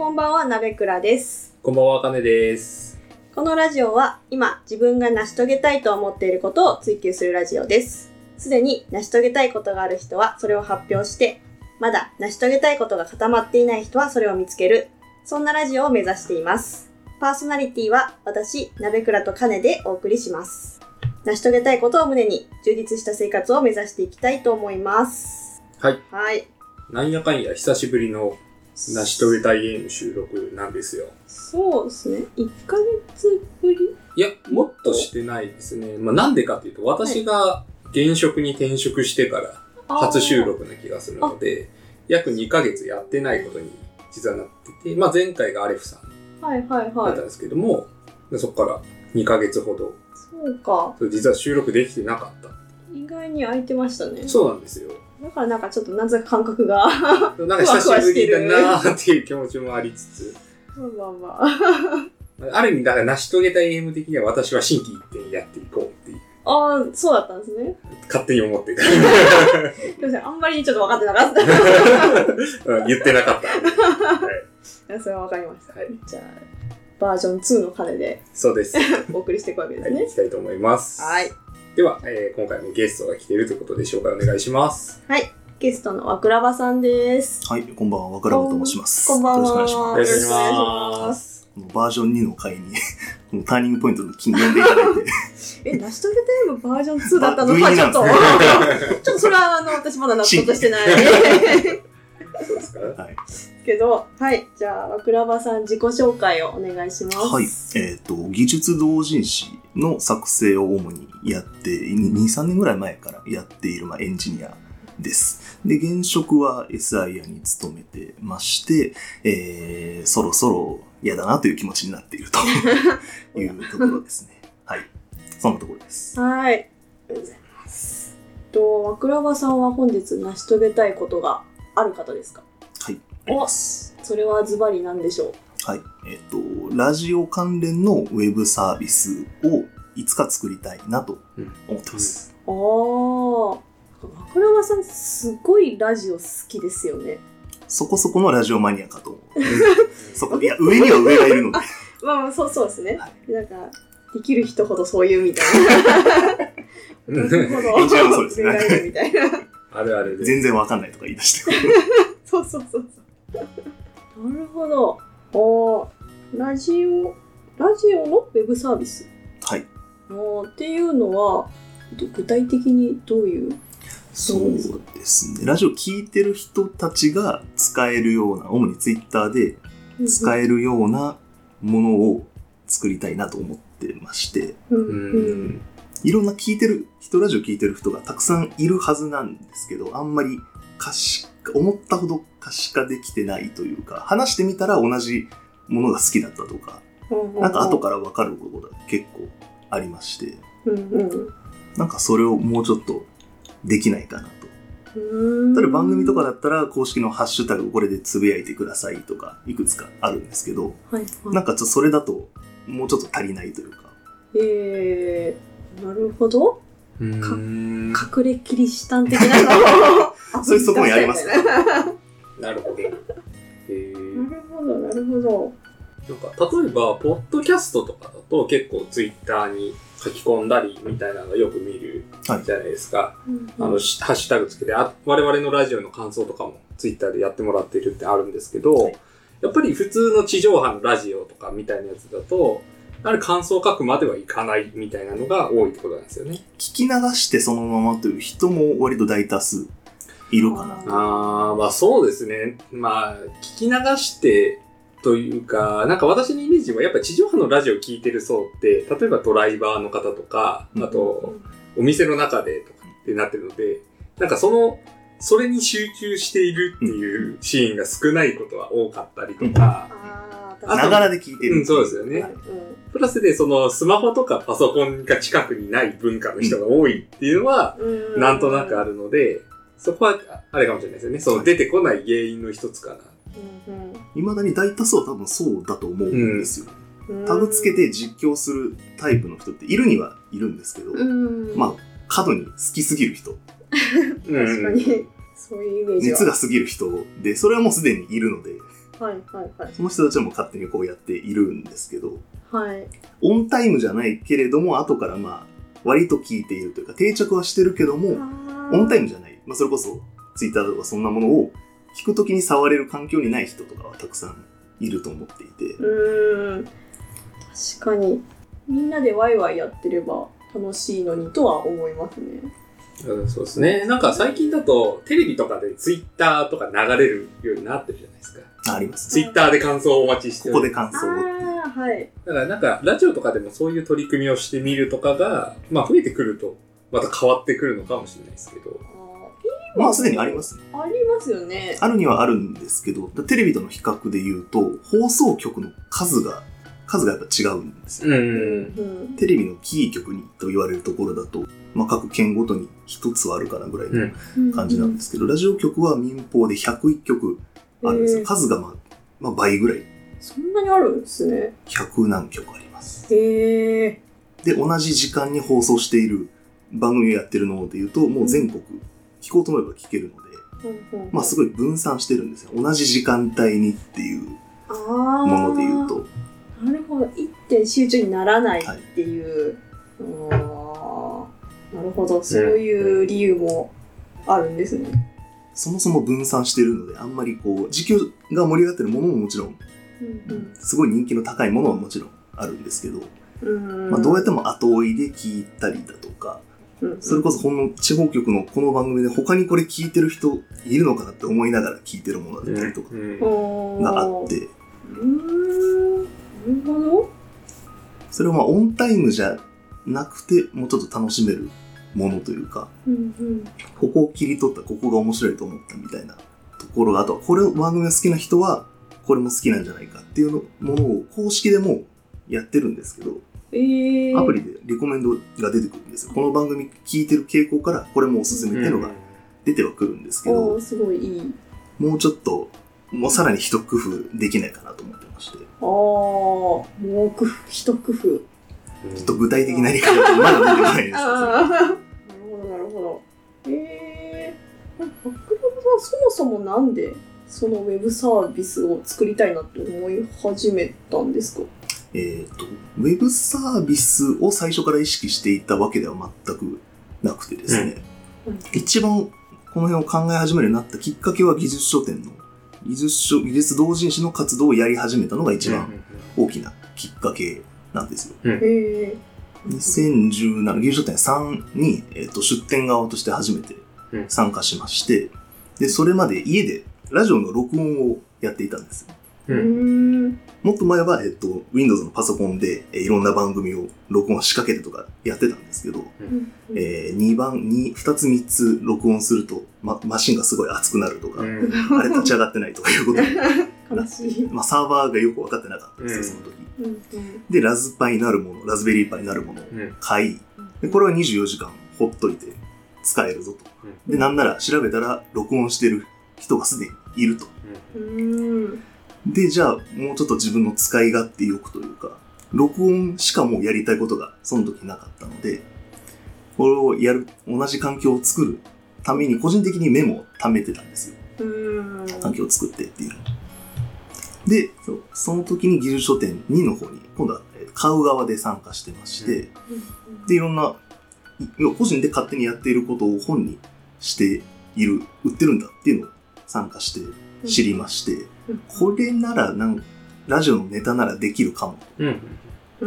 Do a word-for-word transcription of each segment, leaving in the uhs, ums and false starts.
こんばんは、なべくらです。 こんばんは、かねです。 このラジオは今自分が成し遂げたいと思っていることを追求するラジオです。すでに成し遂げたいことがある人はそれを発表して、まだ成し遂げたいことが固まっていない人はそれを見つける。そんなラジオを目指しています。パーソナリティは私、なべくらとかねでお送りします。成し遂げたいことを胸に充実した生活を目指していきたいと思います。 はい。 はい。 なんやかんや久しぶりの成し遂げたいゲーム収録なんですよ。 そうですね。いっかげつぶり？ いや、もっとしてないですね。まあなんでかっていうと、私が現職に転職してから初収録な気がするので、約にかげつやってないことに実はなってて、まあ前回がアレフさんはいはいはいだったんですけども、そこからにかげつほど、 そうか。 実は収録できてなかった。 意外に空いてましたね。 そうなんですよ。 だからなんかちょっとなぜか感覚がなんか久しぶりだなーっていう気持ちもありつつ、 まあまあまあある意味だから成し遂げたいゲーム的には私は心機一転やっていこうっていう。ああ、そうだったんですね。 勝手に思ってた。 すいません、あんまりちょっと分かってなかった言ってなかった。はい、 それは分かりました。はい、じゃあバージョンツーの鐘でそうですお送りしていくわけですね。 はい、いきたいと思います。 はい。 では、えー、今回もゲストが来ているということで紹介お願いします。 はい。ゲストのわくらばさんです。 はい、こんばんは、わくらばと申します。 こんばんは。 よろしくお願いします。 よろしくお願いします。 このバージョンにの回にこのターニングポイントの金読んでいただいてえ、成し遂げたいのバージョンツーだったのか、ちょっとちょっとそれはあの私まだ納得してないそうですか、 はい、 けど、はい、じゃあわくらばさん自己紹介をお願いします。 はい、えっと技術同人誌の作成を主にやってに、さんねんぐらい前からやっている、まあ、エンジニアです。で、現職は エスアイ アに勤めてまして、えー、そろそろ嫌だなという気持ちになっているというところですね。はい。そんなところです。 はい。ありがとうございます。と、わくらばさんは本日成し遂げたいことがある方ですか？ はい。あります。 それはズバリ何でしょう？ はい。えっと、ラジオ関連のウェブサービスをいつか作りたいなと思ってます。 うんうん、ああ。わくらばさんすごいラジオ好きですよね。 そこそこのラジオマニアかと思う。そこいや上には上がいるので。 まあまあそうそうですね。 はい、 なんかできる人ほどそういうみたいな。なるほど。 そうですね。 上がいるみたいな。 あるあるで。 全然わかんないとか言い出して。 そうそうそうそう。なるほど。おラジオラジオのウェブサービス。 はい。 おっていうのは具体的にどういう？ そうですね。ラジオ聞いてる人たちが使えるような、主にツイッターで使えるようなものを作りたいなと思ってまして、 うんうん、 いろんな聞いてる人、ラジオ聞いてる人がたくさんいるはずなんですけど、あんまり可視化、思ったほど可視化できてないというか、話してみたら同じものが好きだったとか、うんうん、なんか後から分かることが結構ありまして、 うんうん、 なんかそれをもうちょっとできないかなと。例えば番組とかだったら公式のハッシュタグこれでつぶやいてくださいとかいくつかあるんですけど、 はいはい、 なんかちょっとそれだともうちょっと足りないというか。 えー、なるほど。 うーん隠れキリシタン的なのそういう側面ありますか？ なるほど。へー、 なるほどなるほど。 なんか例えばポッドキャストとかだと結構ツイッターに書き込んだりみたいなのよく見るじゃないですか。はい、あのハッシュタグつけてあ、我々のラジオの感想とかもツイッターでやってもらってるってあるんですけど、はい、やっぱり普通の地上波のラジオとかみたいなやつだと、あれ感想を書くまではいかないみたいなのが多いってことなんですよね。 聞き流してそのままという人も割と大多数いるかな。 ああ、まあそうですね。まあ聞き流してというか、なんか私のイメージはやっぱ地上波のラジオ聞いてる層って、例えばドライバーの方とか、あと、お店の中でとかってなってるので、なんかその、それに集中しているっていうシーンが少ないことは多かったりとか、 ながらで聞いてる。 うん、そうですよね。はい、プラスでそのスマホとかパソコンが近くにない文化の人が多いっていうのは、なんとなくあるので、そこはあれかもしれないですよね。その出てこない原因の一つかな。 いまだに大多数は多分そうだと思うんですよ、うん、タグつけて実況するタイプの人っているにはいるんですけど、うん、まあ過度に好きすぎる人確かにそういうイメージは熱が過ぎる人でそれはもうすでにいるので、 はいはいはい。 その人たちはもう勝手にこうやっているんですけど、 はい。 オンタイムじゃないけれども、後からまあ、割と聞いているというか、定着はしてるけども、オンタイムじゃない。まあ、それこそ、ツイッターとかそんなものを聞くときに触れる環境にない人とかはたくさんいると思っていて。 うーん。確かに。みんなでワイワイやってれば楽しいのにとは思いますね。 うん、そうですね。なんか最近だとテレビとかでツイッターとか流れるようになってるじゃないですか。 あ、あります、 ツイッターで感想をお待ちしてる。 ここで感想を。 ああ、はい。 だからなんかラジオとかでもそういう取り組みをしてみるとかが、まあ増えてくるとまた変わってくるのかもしれないですけど。 まあすでにありますね。 ありますよね。 あるにはあるんですけど、テレビとの比較で言うと、放送局の数が、数がやっぱ違うんですよ。 うん、 テレビのキー局にと言われるところだと、まあ各県ごとに一つはあるかなぐらいの感じなんですけど、うん、ラジオ局は民放でひゃくいっきょくあるんですよ。数がまあ、まあ倍ぐらい。 そんなにあるんですね。 ひゃくなんきょくあります。 へー。 で、同じ時間に放送している番組をやってるので言うと、もう全国、聞こうと思えば聞けるので、うんうん、まあすごい分散してるんですよ。同じ時間帯にっていうもので言うと。 なるほど。一点集中にならないっていう。はい、あなるほど。そういう理由もあるんですね。 そもそも分散してるので、あんまりこう、時給が盛り上がってるものももちろん、うんうん、すごい人気の高いものはもちろんあるんですけど、うんまあ、どうやっても後追いで聞いたりだとか、うんうん、それこそこの地方局のこの番組で他にこれ聞いてる人いるのかなって思いながら聞いてるものだったりとかがあって、 うん、なるほど。 それをまあオンタイムじゃなくてもうちょっと楽しめるものというか、うんうん、ここを切り取ったここが面白いと思ったみたいなところが、あとはこれ番組が好きな人はこれも好きなんじゃないかっていうものを公式でもやってるんですけど、えー、アプリでリコメンドが出てくるんですよ。この番組聞いてる傾向からこれもおすすめっていうのが出てはくるんですけど、 うん、すごいいい。 もうちょっともうさらに一工夫できないかなと思ってまして。 ああ、もう一工夫。ちょっと具体的なやり方がまだ出てこないです。 なるほどなるほど。えー、バックログさんそもそもなんでそのウェブサービスを作りたいなと思い始めたんですか？ えっと、ウェブサービスを最初から意識していたわけでは全くなくてですね、うん、一番この辺を考え始めるようになったきっかけは技術書店の技術書、技術同人誌の活動をやり始めたのが一番大きなきっかけなんですよ。うん、にせんじゅうなな、技術書店さんに、えーと、出店側として初めて参加しまして、で、それまで家でラジオの録音をやっていたんです。うん、もっと前は、えっと、Windows のパソコンで、えー、いろんな番組を録音仕掛けてとかやってたんですけど、うんえー、にばん、に、ふたつみっつ録音すると、ま、マシンがすごい熱くなるとか、うん、あれ立ち上がってないとかいうことになって、まあ、サーバーがよく分かってなかったんですよ、その時。うん、で、ラズパイなるもの、ラズベリーパイなるものを買い、でこれはにじゅうよじかんほっといて使えるぞと。で、なんなら調べたら録音してる人がすでにいると。うんで、じゃあ、もうちょっと自分の使い勝手よくというか、録音しかもうやりたいことがその時なかったので、これをやる、同じ環境を作るために個人的にメモを貯めてたんですよ。環境を作ってっていう。で、その時に技術書店にの方に、今度は買う側で参加してまして、で、いろんな、個人で勝手にやっていることを本にしている、売ってるんだっていうのを参加して知りまして、これならなんラジオのネタならできるかも、うん、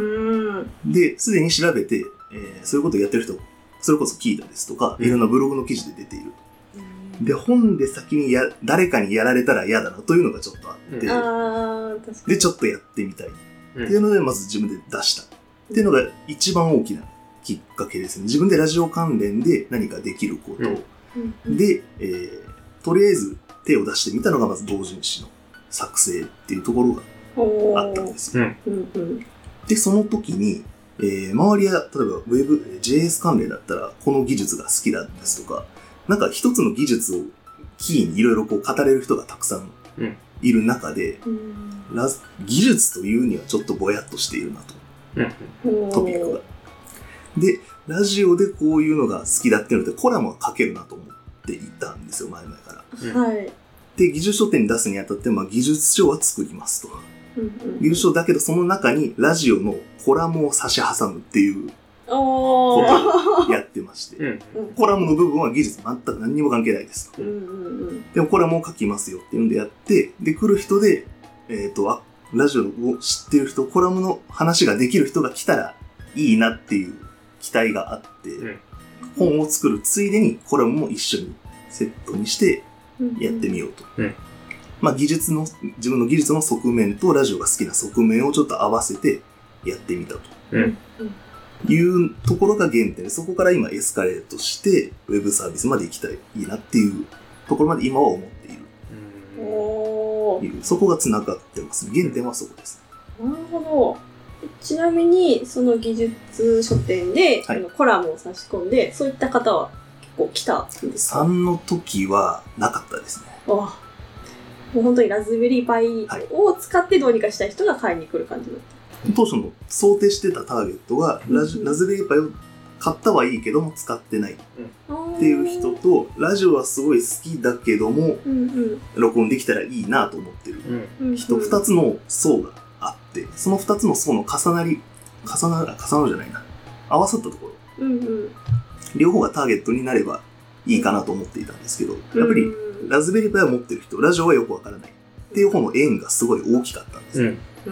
で、すでに調べて、えー、そういうことをやってる人、それこそ聞いたですとか、いろんなブログの記事で出ている、うん、で、本で先にや誰かにやられたら嫌だなというのがちょっとあって、うん、あ確かにでちょっとやってみたいっていうのでまず自分で出したっていうのが一番大きなきっかけですね。自分でラジオ関連で何かできること、うん、で、えー、とりあえず手を出してみたのがまず同人誌の作成っていうところがあったんですよ。うんうん、で、その時に、えー、周りは、例えば Web、ジェイエス 関連だったら、この技術が好きだですとか、なんか一つの技術をキーにいろいろこう語れる人がたくさんいる中で、うん、ラ技術というにはちょっとぼやっとしているなと。うん、トピックが。で、ラジオでこういうのが好きだっていうので、コラムは書けるなと思っていたんですよ、前々から。はい。 で、技術書店に出すにあたって、まあ、技術書は作りますと。うんうん、技術書だけど、その中にラジオのコラムを差し挟むっていうことをやってまして、うん、コラムの部分は技術全く何にも関係ないですと。うんうんうん、でもコラムを書きますよっていうんでやって、で、来る人で、えっと、あ、ラジオを知ってる人、コラムの話ができる人が来たらいいなっていう期待があって、うん、本を作るついでにコラムも一緒にセットにしてやってみようと。うんうん、まあ技術の、自分の技術の側面とラジオが好きな側面をちょっと合わせてやってみたと。うん、いうところが原点で、そこから今エスカレートしてウェブサービスまで行きたい、いいなっていうところまで今は思っている。うん、そこが繋がってます。原点はそこです。 なるほど。ちなみにその技術書店で、はい、コラムを差し込んで、そういった方は結構来たんですか？ さんの時はなかったですね。 ああ、もう本当にラズベリーパイを使ってどうにかしたい人が買いに来る感じだった。 当初の想定してたターゲットが、うん、ラ, ラズベリーパイを買ったはいいけども使ってないっていう人と、ラジオはすごい好きだけども、うんうん、録音できたらいいなと思ってる人、ふたつの層があって、そのふたつの層の重なり、重なる、重なるじゃないな、合わさったところ、うんうん、両方がターゲットになればいいかなと思っていたんですけど、やっぱりラズベリーパイを持ってる人、ラジオはよくわからないっていう方の縁がすごい大きかったんですよ。うん、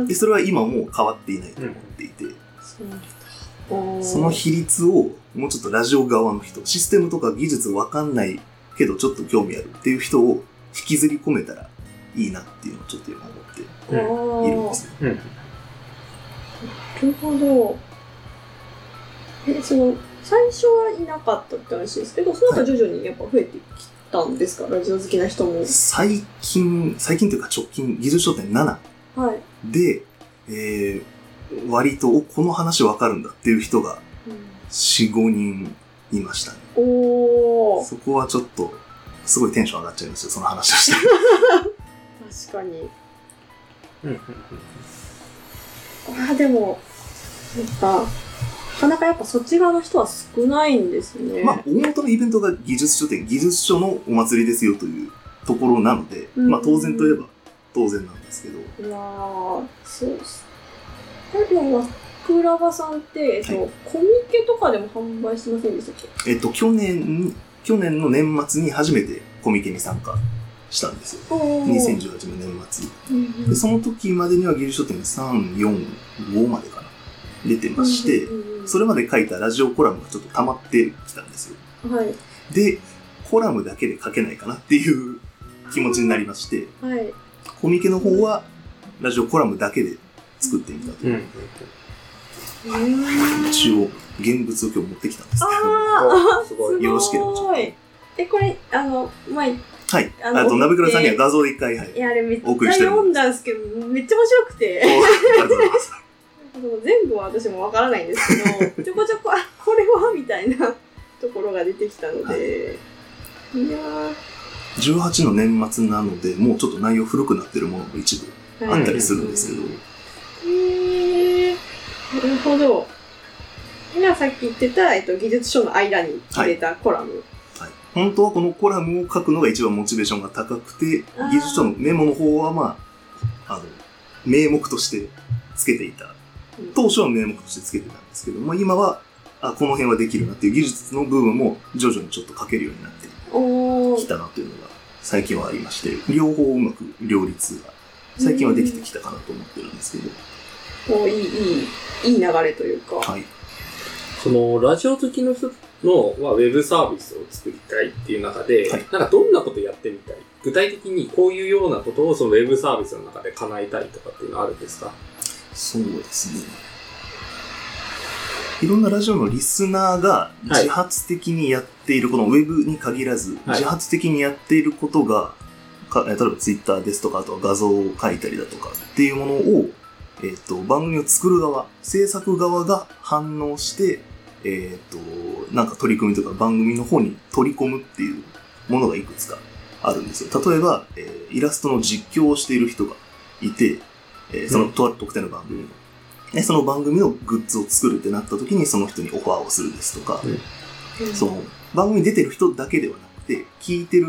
でそれは今もう変わっていないと思っていて、うん、その比率をもうちょっとラジオ側の人、システムとか技術わかんないけどちょっと興味あるっていう人を引きずり込めたらいいなっていうのをちょっと今思っているんですよ。うん、なるほど。え、その最初はいなかったって話ですけど、その後徐々にやっぱ増えてきたんですか、はい、ラジオ好きな人も。 最近、最近というか直近、技術書店ななで、はい、えー、割とこの話わかるんだっていう人がよん、ごにんいましたね。おー。そこはちょっとすごいテンション上がっちゃいますよ、その話をして。 確かに。あ、でもなんかなかなかやっぱそっち側の人は少ないんですね。 まあ、大元のイベントが技術書店、技術書のお祭りですよというところなので、まあ当然といえば当然なんですけど。 いやー、そうです。でも、ワクラバさんって、えっと、はい、コミケとかでも販売してませんでしたっけ？えっと、去年、去年の年末に初めてコミケに参加したんですよ。にせんじゅうはちねん年末、うんうん、で。その時までには技術書店さん、よん、ごまでかな。出てまして、うんうんうん、それまで書いたラジオコラムがちょっと溜まってきたんですよ。はい、で、コラムだけで書けないかなっていう気持ちになりまして、はい、コミケの方はラジオコラムだけで作ってみたと。うん、一応、現物を今日持ってきたんですけど、よろしければちょっと。 え、これ、あの、前、 はい。あ, あと、ナブクラさんには画像で一回、はい。 いや、あれめっちゃ読んだんですけど、めっちゃ面白くて。ありがとうございます。全部は私もわからないんですけど、ちょこちょこ、あ、これはみたいなところが出てきたので、はい、いやー。じゅうはちの年末なので、もうちょっと内容古くなってるものも一部あったりするんですけど。 へえー、なるほど。今さっき言ってた、えっと、技術書の間に入れたコラム。はいはい、本当はこのコラムを書くのが一番モチベーションが高くて、技術書のメモの方はまあ、あの、名目としてつけていた。当初は名目としてつけてたんですけど、まあ、今はあこの辺はできるなっていう技術の部分も徐々にちょっと書けるようになってきたなっていうのが最近はありまして、両方うまく両立が最近はできてきたかなと思ってるんですけど。 おいい、いい、いい流れというか。はい。 そのラジオ好きの人の、まあ、ウェブサービスを作りたいっていう中で、はい、なんかどんなことやってみたい？具体的にこういうようなことをそのウェブサービスの中で叶えたいとかっていうのはあるんですか？ そうですね。いろんなラジオのリスナーが自発的にやっている、はい、このウェブに限らず、はい、自発的にやっていることが、か例えばツイッターですとか、あとは画像を書いたりだとかっていうものを、えっと、番組を作る側、制作側が反応して、えっと、なんか取り組みとか番組の方に取り込むっていうものがいくつかあるんですよ。例えば、えー、イラストの実況をしている人がいて、えー、その特定の番組の、ね、その番組のグッズを作るってなった時にその人にオファーをするですとか、うん、その番組に出てる人だけではなくて聞いてる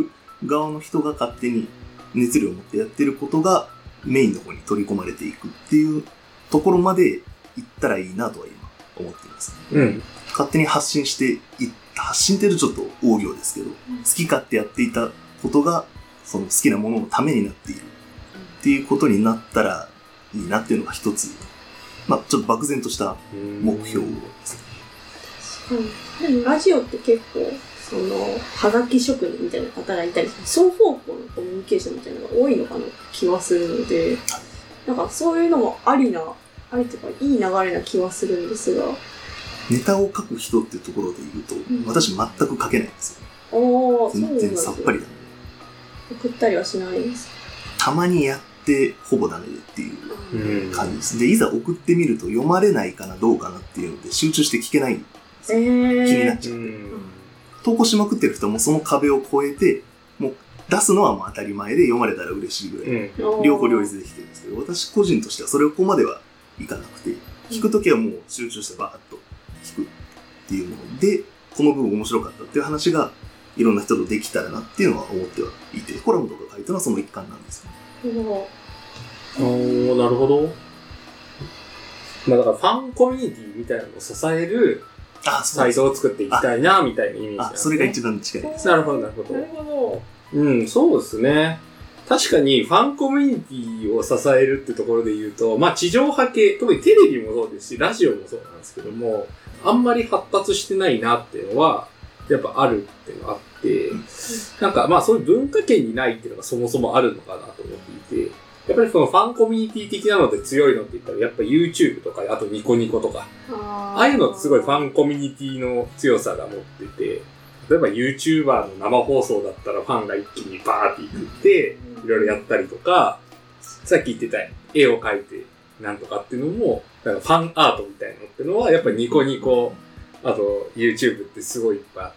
側の人が勝手に熱量を持ってやってることがメインの方に取り込まれていくっていうところまで行ったらいいなとは今思っています、 うん、 勝手に発信してい発信っていうとちょっと大行ですけど、好き勝手やっていたことがその好きなもののためになっているっていうことになったらいいなっていうのが一つ、まあちょっと漠然とした目標ですね。 うん、でもラジオって結構そのはがき職人みたいな方がいたり、双方向のコミュニケーションみたいなのが多いのかなって気はするので、なんかそういうのもありなありというかいい流れな気はするんですが、 ネタを書く人っていうところで言うと、うん、私全く書けないんですよ。 おー、 全然さっぱりだね。 送ったりはしないんです。 たまにやってほぼダメでっていう感じです。で、いざ送ってみると読まれないかなどうかなっていうので集中して聞けないんですよ、えー、気になっちゃって、うん、投稿しまくってる人もその壁を越えてもう出すのはもう当たり前で読まれたら嬉しいぐらい、うん、両方両立できてるんですけど、私個人としてはそれをここまではいかなくて、聞くときはもう集中してバーッと聞くっていうもので、この部分面白かったっていう話がいろんな人とできたらなっていうのは思ってはいて、コラムとか書いたのはその一環なんですよ。 おー、なるほど。まあだからファンコミュニティみたいなのを支えるサイトを作っていきたいなみたいなイメージなんですね。あ、それが一番近いです。 なるほどなるほど。なるほど。うん、そうですね。確かにファンコミュニティを支えるってところで言うと、まあ地上波系、特にテレビもそうですし、ラジオもそうなんですけども、あんまり発達してないなっていうのは、やっぱあるっていうのがあって、なんかまあそういう文化圏にないっていうのがそもそもあるのかなと思っていて、やっぱりそのファンコミュニティ的なので強いのって言ったら、やっぱ YouTube とか、あとニコニコとか、ああいうのってすごいファンコミュニティの強さが持ってて、例えば YouTuber の生放送だったらファンが一気にバーって行っていろいろやったりとか、さっき言ってた絵を描いてなんとかっていうのもなんかファンアートみたいなのっていうのはやっぱりニコニコ、あと YouTube ってすごいいっぱいあって、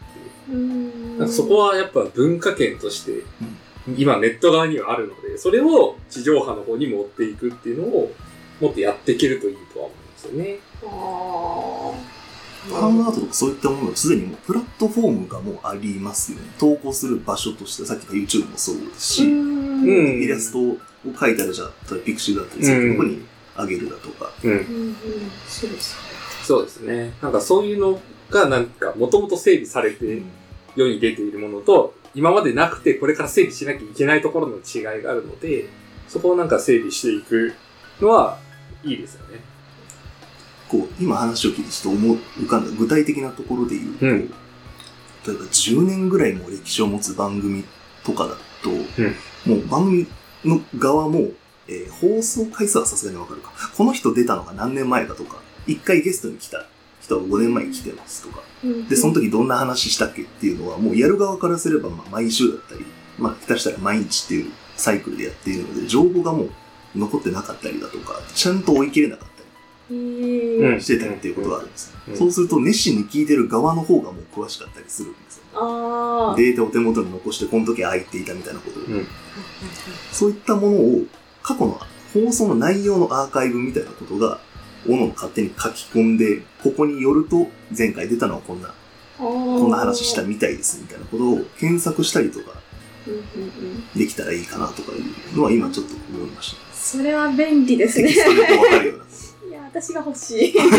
なんかそこはやっぱ文化圏として今ネット側にはあるので、それを地上波の方に持っていくっていうのをもっとやっていけるといいとは思うんですよね。 あファンアートとかそういったものがすでにもうプラットフォームがもうありますよね。投稿する場所として、さっきの YouTube もそうですし、うんイラストを描いたらじゃあ、ピクシブだったりするところに上げるだとか。 うんうんうん、そうですね。 そうですね。なんかそういうのがなんかもともと整備されて世に出ているものと、今までなくてこれから整備しなきゃいけないところの違いがあるので、そこをなんか整備していくのはいいですよね。 こう今話を聞いてちょっと思う浮かんだ具体的なところで言うと、うん、例えばじゅうねんぐらいも歴史を持つ番組とかだと、うん、もう番組の側も、えー、放送回数はさすがにわかるか。この人出たのが何年前だとか、一回ゲストに来た人はごねんまえに来てますとか、うん、で、その時どんな話したっけっていうのはもうやる側からすればまあ毎週だったり、まあ下手したら毎日っていうサイクルでやっているので、情報がもう残ってなかったりだとか、ちゃんと追い切れなかったり。してたりっていうことがあるんです、うんうん、そうすると熱心に聞いてる側の方がもう詳しかったりするんですよ。 あデータを手元に残してこの時空いていたみたいなことを、うん、そういったものを過去の放送の内容のアーカイブみたいなことがおの勝手に書き込んで、ここによると前回出たのはこんなこんな話したみたいですみたいなことを検索したりとかできたらいいかなとかいうのは今ちょっと思いました。 それは便利ですね。 テキストで分かるような私が欲しい。確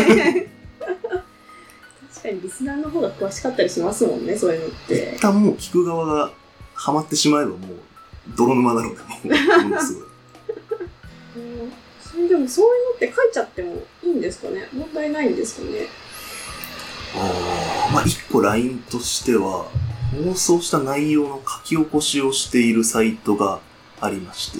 かにリスナーの方が詳しかったりしますもんね、そういうのって。 一旦もう聞く側がハマってしまえばもう泥沼なので、もうすごい。 それでもそういうのって書いちゃってもいいんですかね？問題ないんですかね？ ああ、まあ一個ラインとしては放送した内容の書き起こしをしているサイトがありまして、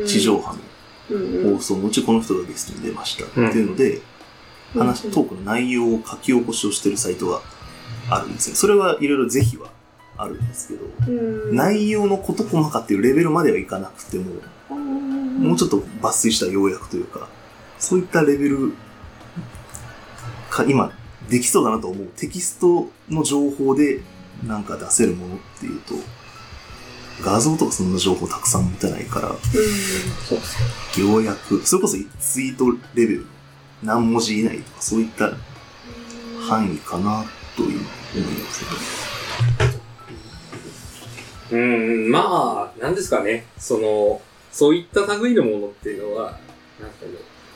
地上波の。放送のうちこの人がゲストに出ましたっていうので、うん、話トークの内容を書き起こしをしてるサイトがあるんですね。それはいろいろ是非はあるんですけど、うん、内容のこと細かっていうレベルまではいかなくても、うん、もうちょっと抜粋した要約というか、そういったレベルか今できそうだなと思うテキストの情報でなんか出せるものっていうと、画像とかそんな情報たくさん持てないから、うん、そうそうようやくそれこそツイートレベル何文字以内とかそういった範囲かなという思いますね。 うん、まあ、なんですかね。その、そういった類のものっていうのは、なんかね、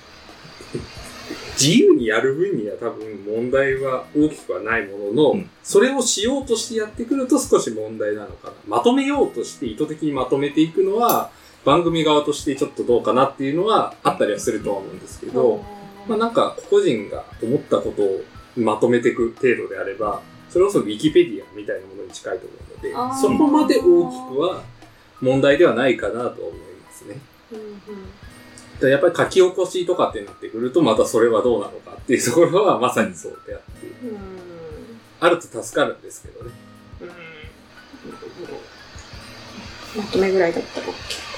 自由にやる分には多分問題は大きくはないものの、うん、それをしようとしてやってくると少し問題なのかな。まとめようとして意図的にまとめていくのは、番組側としてちょっとどうかなっていうのはあったりはするとは思うんですけど、まあなんか個人が思ったことをまとめていく程度であれば、それこそウィキペディアみたいなものに近いと思うので、そこまで大きくは問題ではないかなと思いますね。うんうん、やっぱり書き起こしとかってなってくると、またそれはどうなのかっていうところはまさにそうであって、うん、あると助かるんですけどね。 うん、まとめぐらいだったら OK。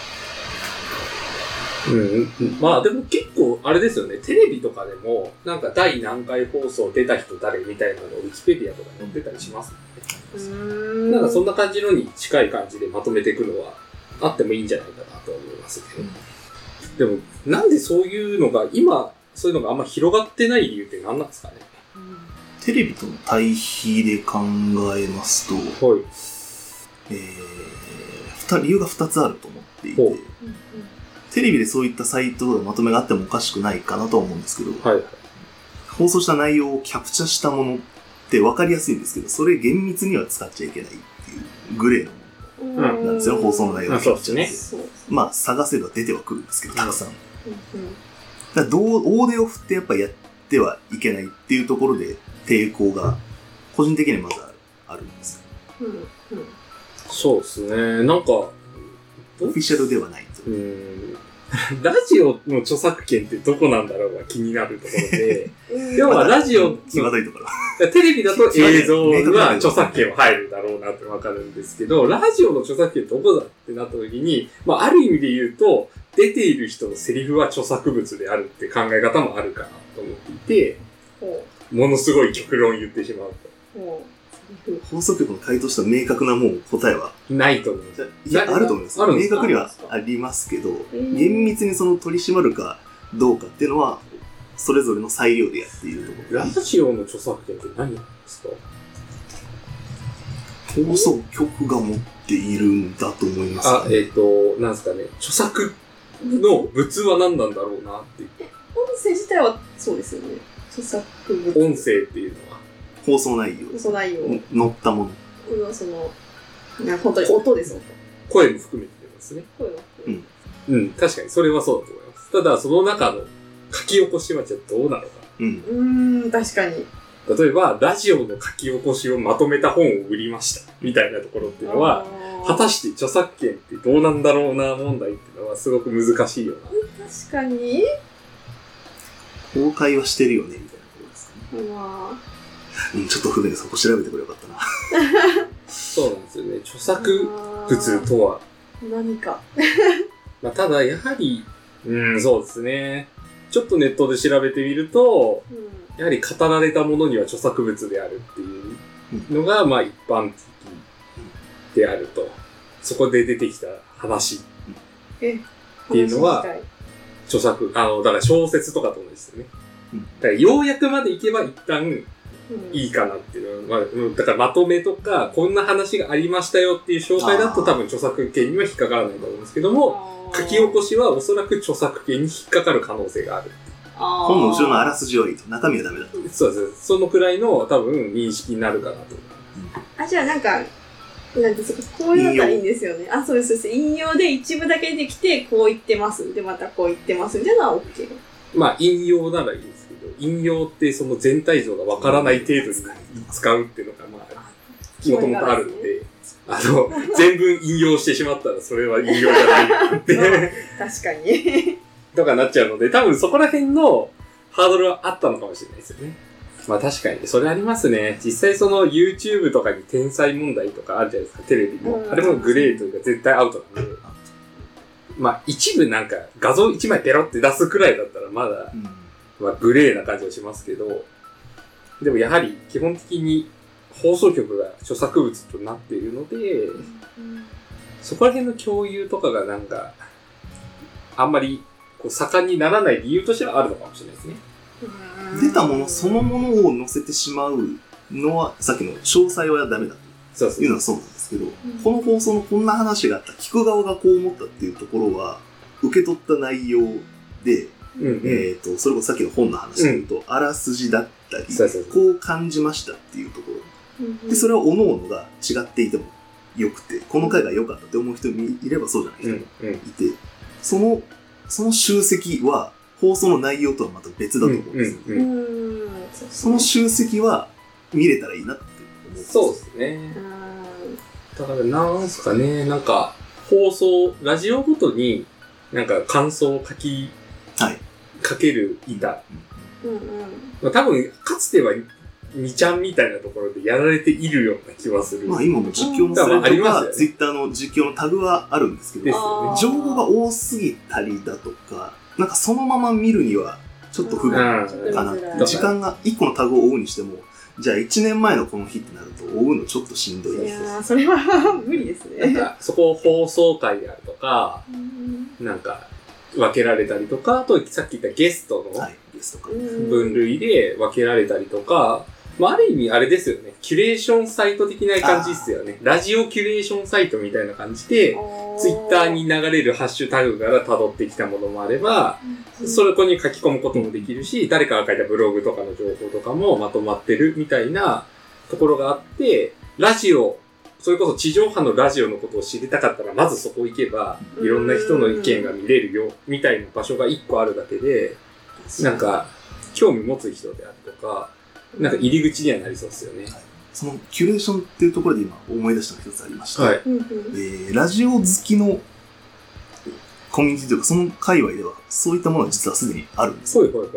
うん、まあでも結構あれですよね、テレビとかでもなんか第何回放送出た人誰みたいなのをウィキペディアとか載ってたりしますもんね。なんかそんな感じのに近い感じでまとめていくのはあってもいいんじゃないかなと思いますね。うん、でもなんでそういうのが今そういうのがあんま広がってない理由って何なんですかね。 うん、テレビとの対比で考えますと、はい、えー、理由がふたつあると思っていて。テレビでそういったサイトのまとめがあってもおかしくないかなとは思うんですけど、はい、放送した内容をキャプチャしたものって分かりやすいんですけど、それ厳密には使っちゃいけないっていうグレーのものなんですよ、放送の内容をキャプチャって。ね、まあ探せば出てはくるんですけど、たくさん。うんうん、だからどう大手を振ってやっぱやってはいけないっていうところで抵抗が個人的にはまだあるんです。うんうん、 そうですね。なんかオフィシャルではないと。 うんラジオの著作権ってどこなんだろうが気になるところで、要はラジオの、 際どいところ。 テレビだと映像は著作権は入るだろうなってわかるんですけど、ラジオの著作権どこだってなった時に、まあある意味で言うと、出ている人のセリフは著作物であるって考え方もあるかなと思っていて、ものすごい極論言ってしまうと。 放送局の回答した明確なもう答えはないと思います。 いや、あると思います。明確にはありますけど、厳密にその取り締まるかどうかっていうのは、それぞれの裁量でやっているところ。 ラジオの著作権って何なんですか？ 放送局が持っているんだと思います、ね。 あ、えっと、なんですかね。著作の物は何なんだろうなっていう。 音声自体はそうですよね。著作物。 音声っていうのは放送内容。 放送内容。 乗ったもの。 うん、その、な本当に音です、音。 声も含めてますね。 声も含めて。うん。うん、確かにそれはそうだと思います。ただ、その中の書き起こしはじゃあどうなのか。 うん。うーん、確かに。 例えば、ラジオの書き起こしをまとめた本を売りました。みたいなところっていうのは、果たして著作権ってどうなんだろうな問題っていうのはすごく難しいよな。 確かに。 公開はしてるよね、みたいなことですかね。 まあ。 うん、ちょっと不便でそこ調べてくれよかったな。 そうなんですよね。著作物とは。 何か。 まあ、ただ、やはり、うん、そうですね。ちょっとネットで調べてみると、うん、やはり語られたものには著作物であるっていうのが、まあ一般的であると。そこで出てきた話っていうのは、著作、あの、だから小説とかと同じですよね。だからようやくまでいけば一旦いいかなっていうのは、まあ、だからまとめとか、こんな話がありましたよっていう紹介だと多分著作権には引っかからないと思うんですけども、書き起こしはおそらく著作権に引っかかる可能性がある。 本の後ろのあらすじはいいと。中身はダメだと。 そうです。そのくらいの多分認識になるかなと。 あ、じゃあなんか、なんですか、こういうのがいいんですよね。あ、そうです、そうです。引用で一部だけ出てきて、こう言ってます。で、またこう言ってます。みたいなのは OK。 まあ、引用ならいいですけど、引用ってその全体像がわからない程度に使うっていうのが、まあ、もともとあるので、あの、全文引用してしまったら、それは引用じゃないって。 確かに。 とかなっちゃうので、多分そこら辺のハードルはあったのかもしれないですよね。まあ確かに、それありますね。実際その YouTube とかに天才問題とかあるじゃないですか、テレビも。あれもグレーというか絶対アウトなんで。まあ一部なんか画像一枚ペロって出すくらいだったらまだ、まあグレーな感じはしますけど、でもやはり基本的に放送局が著作物となっているので、そこら辺の共有とかがなんか、あんまりこう盛んにならない理由としてはあるのかもしれないですね。 出たものそのものを載せてしまうのは、さっきの詳細はダメだと。 いうのはそうなんですけど、この放送のこんな話があった、聞く側がこう思ったっていうところは、受け取った内容で、うんうん、えっと、それこそさっきの本の話で言うと、うん、あらすじだったり、そうそうそう、こう感じましたっていうところ。うんうん、で、それは各々が違っていてもよくて、この回が良かったって思う人もいればそうじゃない人もいて、うんうん、その、その集積は、放送の内容とはまた別だと思うんですよ、うんうんうん。その集積は見れたらいいなって思う。 そうですね。だからなんすかね、なんか、放送、ラジオごとに、なんか感想を書き、はい、書ける板。うんうんまあ、多分、かつてはにちゃんみたいなところでやられているような気はする。 まあ今も実況のスレッドとか、ツイッターの実況のタグはあるんですけど、ですよね、情報が多すぎたりだとか、なんかそのまま見るにはちょっと不便かな。時間がいっこのタグを追うにしても、じゃあいちねんまえのこの日ってなると追うのちょっとしんどいです。 いやー、それは無理ですね。 なんかそこ放送回であるとか、なんか分けられたりとか、あとさっき言ったゲストの分類で分けられたりとか、まあ、ある意味あれですよね。キュレーションサイト的な感じですよね。ラジオキュレーションサイトみたいな感じで、ツイッターに流れるハッシュタグから辿ってきたものもあれば、それこに書き込むこともできるし、誰かが書いたブログとかの情報とかもまとまってるみたいなところがあって、ラジオ、それこそ地上波のラジオのことを知りたかったら、まずそこ行けば、いろんな人の意見が見れるよ、みたいな場所が一個あるだけで、なんか、興味持つ人であるとか、なんか入り口にはなりそうですよね。はい、 そのキュレーションっていうところで今思い出したのが一つありまして、はいえー、ラジオ好きのコミュニティというかその界隈ではそういったものが実はすでにあるんですよ。はいはいはい、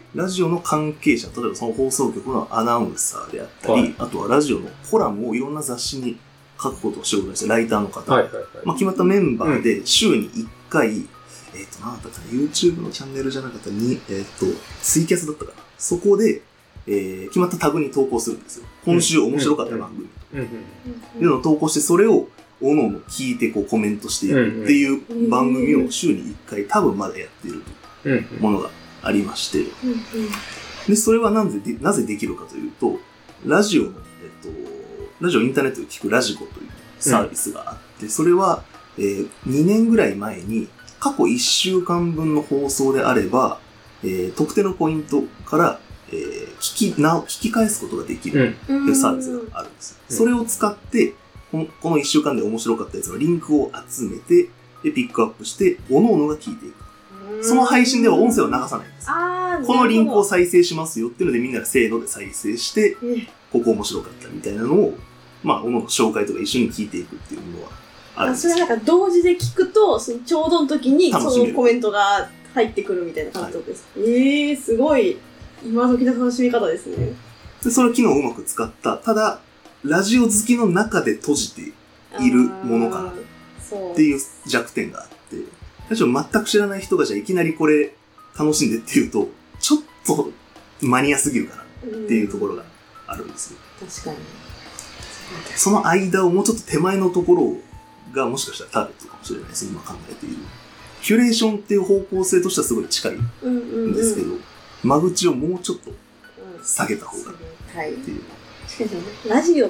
ラジオの関係者、例えばその放送局のアナウンサーであったり、はい、あとはラジオのコラムをいろんな雑誌に書くことを仕事にしてライターの方、はいはいはいまあ、決まったメンバーで週にいっかい、うん、えっ、ー、と、なんだったかな、YouTube のチャンネルじゃなかったに、えっ、ー、と、ツイキャスだったかな。そこで、えー、決まったタグに投稿するんですよ。今週面白かった番組というのを投稿して、それをおのおの聞いてこうコメントしていくっていう番組を週にいっかい多分まだやっているというものがありまして、でそれはなぜで、なぜできるかというと、ラジオの、えっと、ラジオインターネットで聞くラジコというサービスがあって、それは、えー、にねんぐらい前に過去いっしゅうかんぶんの放送であれば、えー、特定のポイントからえー、聞き、なお、聞き返すことができるっていうサービスがあるんです。うん、それを使って、この、このいっしゅうかんで面白かったやつのリンクを集めて、で、ピックアップして、各々が聞いていく。その配信では音声を流さないんです。あこのリンクを再生しますよっていうので、みんながせーので再生して、ここ面白かったみたいなのを、まあ、各々紹介とか一緒に聞いていくっていうのはあるんです。 あ、それはなんか同時で聞くと、そのちょうどの時にそのコメントが入ってくるみたいな感じです。はい、ええー、すごい。今時の楽しみ方ですね。 で、その機能をうまく使った。ただ、ラジオ好きの中で閉じているものかなっていう弱点があって、ラジオ全く知らない人がじゃあいきなりこれ楽しんでっていうと、ちょっとマニアすぎるかなっていうところがあるんですよ。 確かに。 その間をもうちょっと手前のところがもしかしたらターゲットかもしれないです。今考えている。キュレーションっていう方向性としてはすごい近いんですけど、うんうんうん間口をもうちょっと下げた方がいいっていう。 しかしラジオって、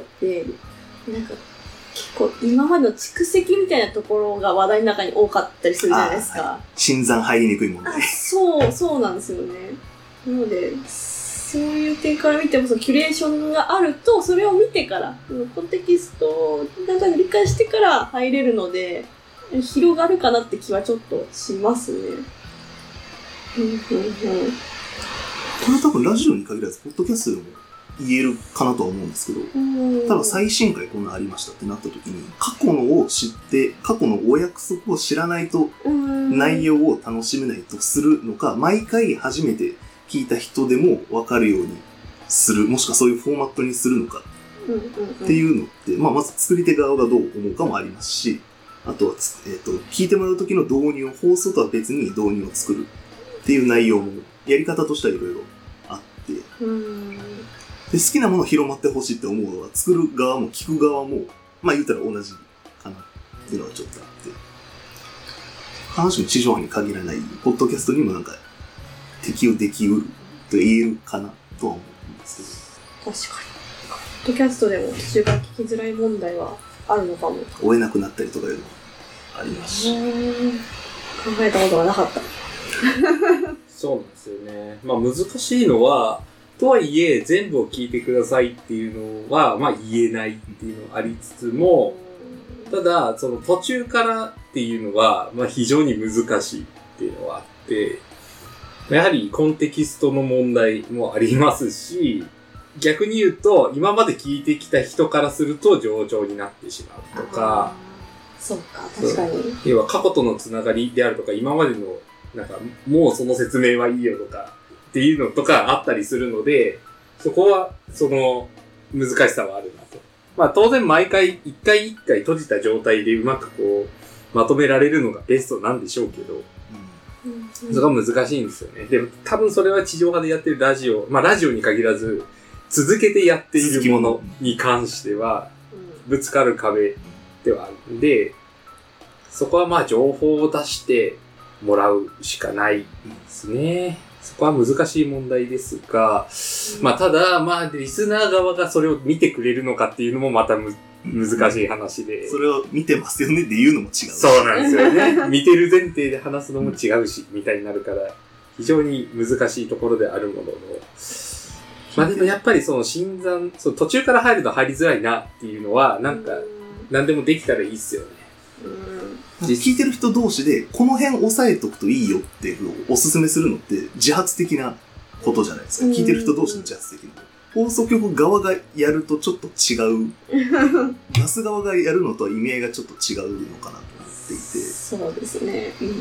なんか結構今までの蓄積みたいなところが話題の中に多かったりするじゃないですか。はい、 新参入りにくいもんね。 そう、そうなんですよね。なので、そういう点から見ても、そのキュレーションがあると、それを見てから、コンテキストをなんか理解してから入れるので、広がるかなって気はちょっとしますね。うんうんうんこれ多分ラジオに限らず、ポッドキャストでも言えるかなとは思うんですけど、多分最新回こんなありましたってなった時に、過去のを知って、過去のお約束を知らないと、内容を楽しめないとするのか、毎回初めて聞いた人でも分かるようにする、もしくはそういうフォーマットにするのかっていうのって、まあまず作り手側がどう思うかもありますし、あとは、えっと、聞いてもらう時の導入を、放送とは別に導入を作るっていう内容も、やり方としてはいろいろあって、うんで好きなものを広まってほしいって思うのは作る側も聞く側もまあ言うたら同じかなっていうのはちょっとあって話も地上波に限らないポッドキャストにもなんか適用できうると言えるかなとは思うんですけど確かにッドキャストでも途中から聞きづらい問題はあるのかも。 追えなくなったりとかいうのもありますし。 考えたことがなかった。 そうなんですよね。まあ難しいのは、とはいえ全部を聞いてくださいっていうのは、まあ言えないっていうのはありつつも、ただ、その途中からっていうのは、まあ非常に難しいっていうのはあって、やはりコンテキストの問題もありますし、逆に言うと、今まで聞いてきた人からすると冗長になってしまうとか、 そうか、確かに。 要は過去とのつながりであるとか、今までの、なんか、もうその説明はいいよとか、っていうのとかあったりするので、そこは、その、難しさはあるなと。まあ当然毎回、一回一回閉じた状態でうまくこう、まとめられるのがベストなんでしょうけど、うん、そこが難しいんですよね。でも多分それは地上波でやってるラジオ、まあラジオに限らず、続けてやっているものに関しては、ぶつかる壁ではあるんで、そこはまあ情報を出してもらうしかないですね。そこは難しい問題ですが、まあただ、まあリスナー側がそれを見てくれるのかっていうのもまたむ難しい話で。 それを見てますよねっていうのも違う。 そうなんですよね。見てる前提で話すのも違うし、みたいになるから、非常に難しいところであるものの、まあでもやっぱりその新参、そう途中から入ると入りづらいなっていうのは、なんか、何でもできたらいいっすよね。 聞いてる人同士で、この辺押さえとくといいよっていうのをおすすめするのって自発的なことじゃないですか。聞いてる人同士の自発的な。放送局側がやるとちょっと違う。出す側がやるのとは意味合いがちょっと違うのかなと思っていて。 そうですね。うん、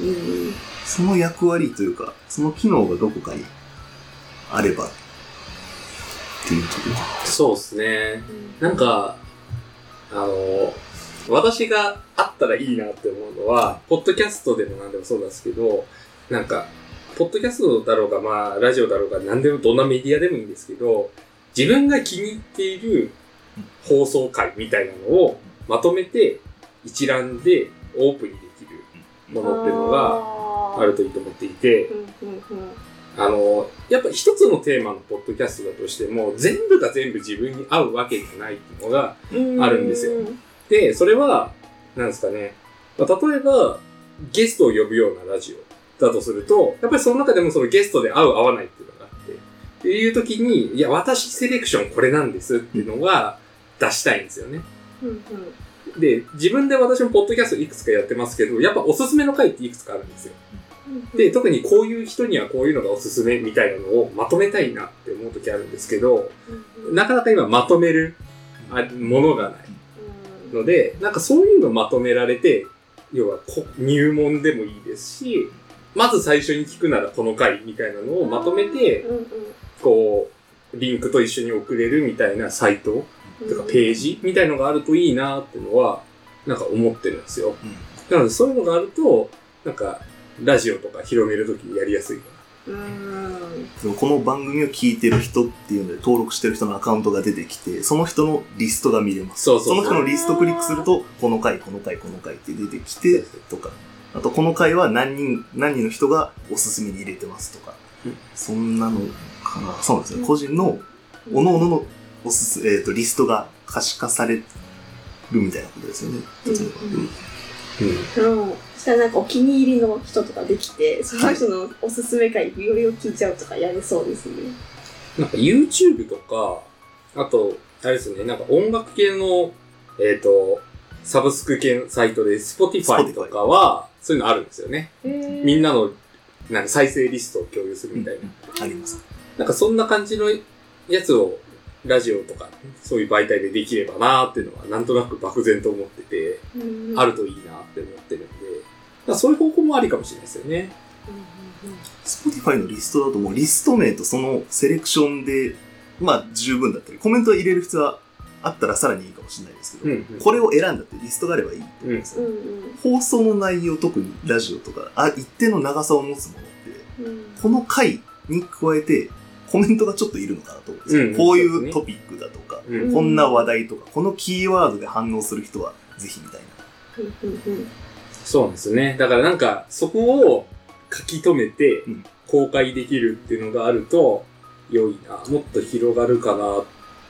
その役割というか、その機能がどこかにあればっていうところ。 そうですね。なんか、あの、私があったらいいなって思うのは、ポッドキャストでも何でもそうなんですけど、なんか、ポッドキャストだろうが、まあ、ラジオだろうが、何でも、どんなメディアでもいいんですけど、自分が気に入っている放送回みたいなのをまとめて、一覧でオープンにできるものっていうのがあるといいと思っていて、あの、やっぱ一つのテーマのポッドキャストだとしても、全部が全部自分に合うわけじゃないっていうのがあるんですよ。で、それは、なんですかね。まあ、例えば、ゲストを呼ぶようなラジオだとすると、やっぱりその中でもそのゲストで合う合わないっていうのがあって、っていう時に、いや、私セレクションこれなんですっていうのが出したいんですよね。 うんうん、 で、自分で私もポッドキャストいくつかやってますけど、やっぱおすすめの回っていくつかあるんですよ。で、特にこういう人にはこういうのがおすすめみたいなのをまとめたいなって思う時あるんですけど、なかなか今まとめるものがない。ので、なんかそういうのまとめられて、要は入門でもいいですし、まず最初に聞くならこの回みたいなのをまとめて、こう、リンクと一緒に送れるみたいなサイトとかページみたいのがあるといいなっていうのは、なんか思ってるんですよ。なのでそういうのがあると、なんか、ラジオとか広めるときにやりやすいかな。 うーんこの番組を聞いてる人っていうので登録してる人のアカウントが出てきて、その人のリストが見れます。 そうそうそう。 その人のリストをクリックすると、この回、この回、この回って出てきて、とか。あと、この回は何人、何人の人がおすすめに入れてますとか。うん、そんなのかな。そうなんですね。個人の、各々のおすす、えっと、リストが可視化されるみたいなことですよね。例えば。 うん。うん。そしたらなんかお気に入りの人とかできて、その人のおすすめ回よりを聞いちゃうとかやれそうですね。 なんか YouTube とか、あと、あれですね、なんか音楽系の、えっと、サブスク系サイトで Spotify とかは、そういうのあるんですよね。みんなのなんか再生リストを共有するみたいな。 うん、あります。 なんかそんな感じのやつを、ラジオとか、そういう媒体でできればなーっていうのは、なんとなく漠然と思ってて、あるといいなって思ってるんで、だそういう方法もありかもしれないですよね。 Spotify のリストだともうリスト名とそのセレクションで、まあ十分だったり、コメントを入れる必要はあったらさらにいいかもしれないですけど、うんうん、これを選んだってリストがあればいいってことですよね、うんうん。放送の内容、特にラジオとか、あ一定の長さを持つものって、うん、この回に加えて、コメントがちょっといるのかなと思うんですよ、うん、こういうトピックだとか、うん、こんな話題とか、このキーワードで反応する人はぜひみたいな。 そうなんですね。だからなんか、そこを書き留めて公開できるっていうのがあると良いな。もっと広がるかなっ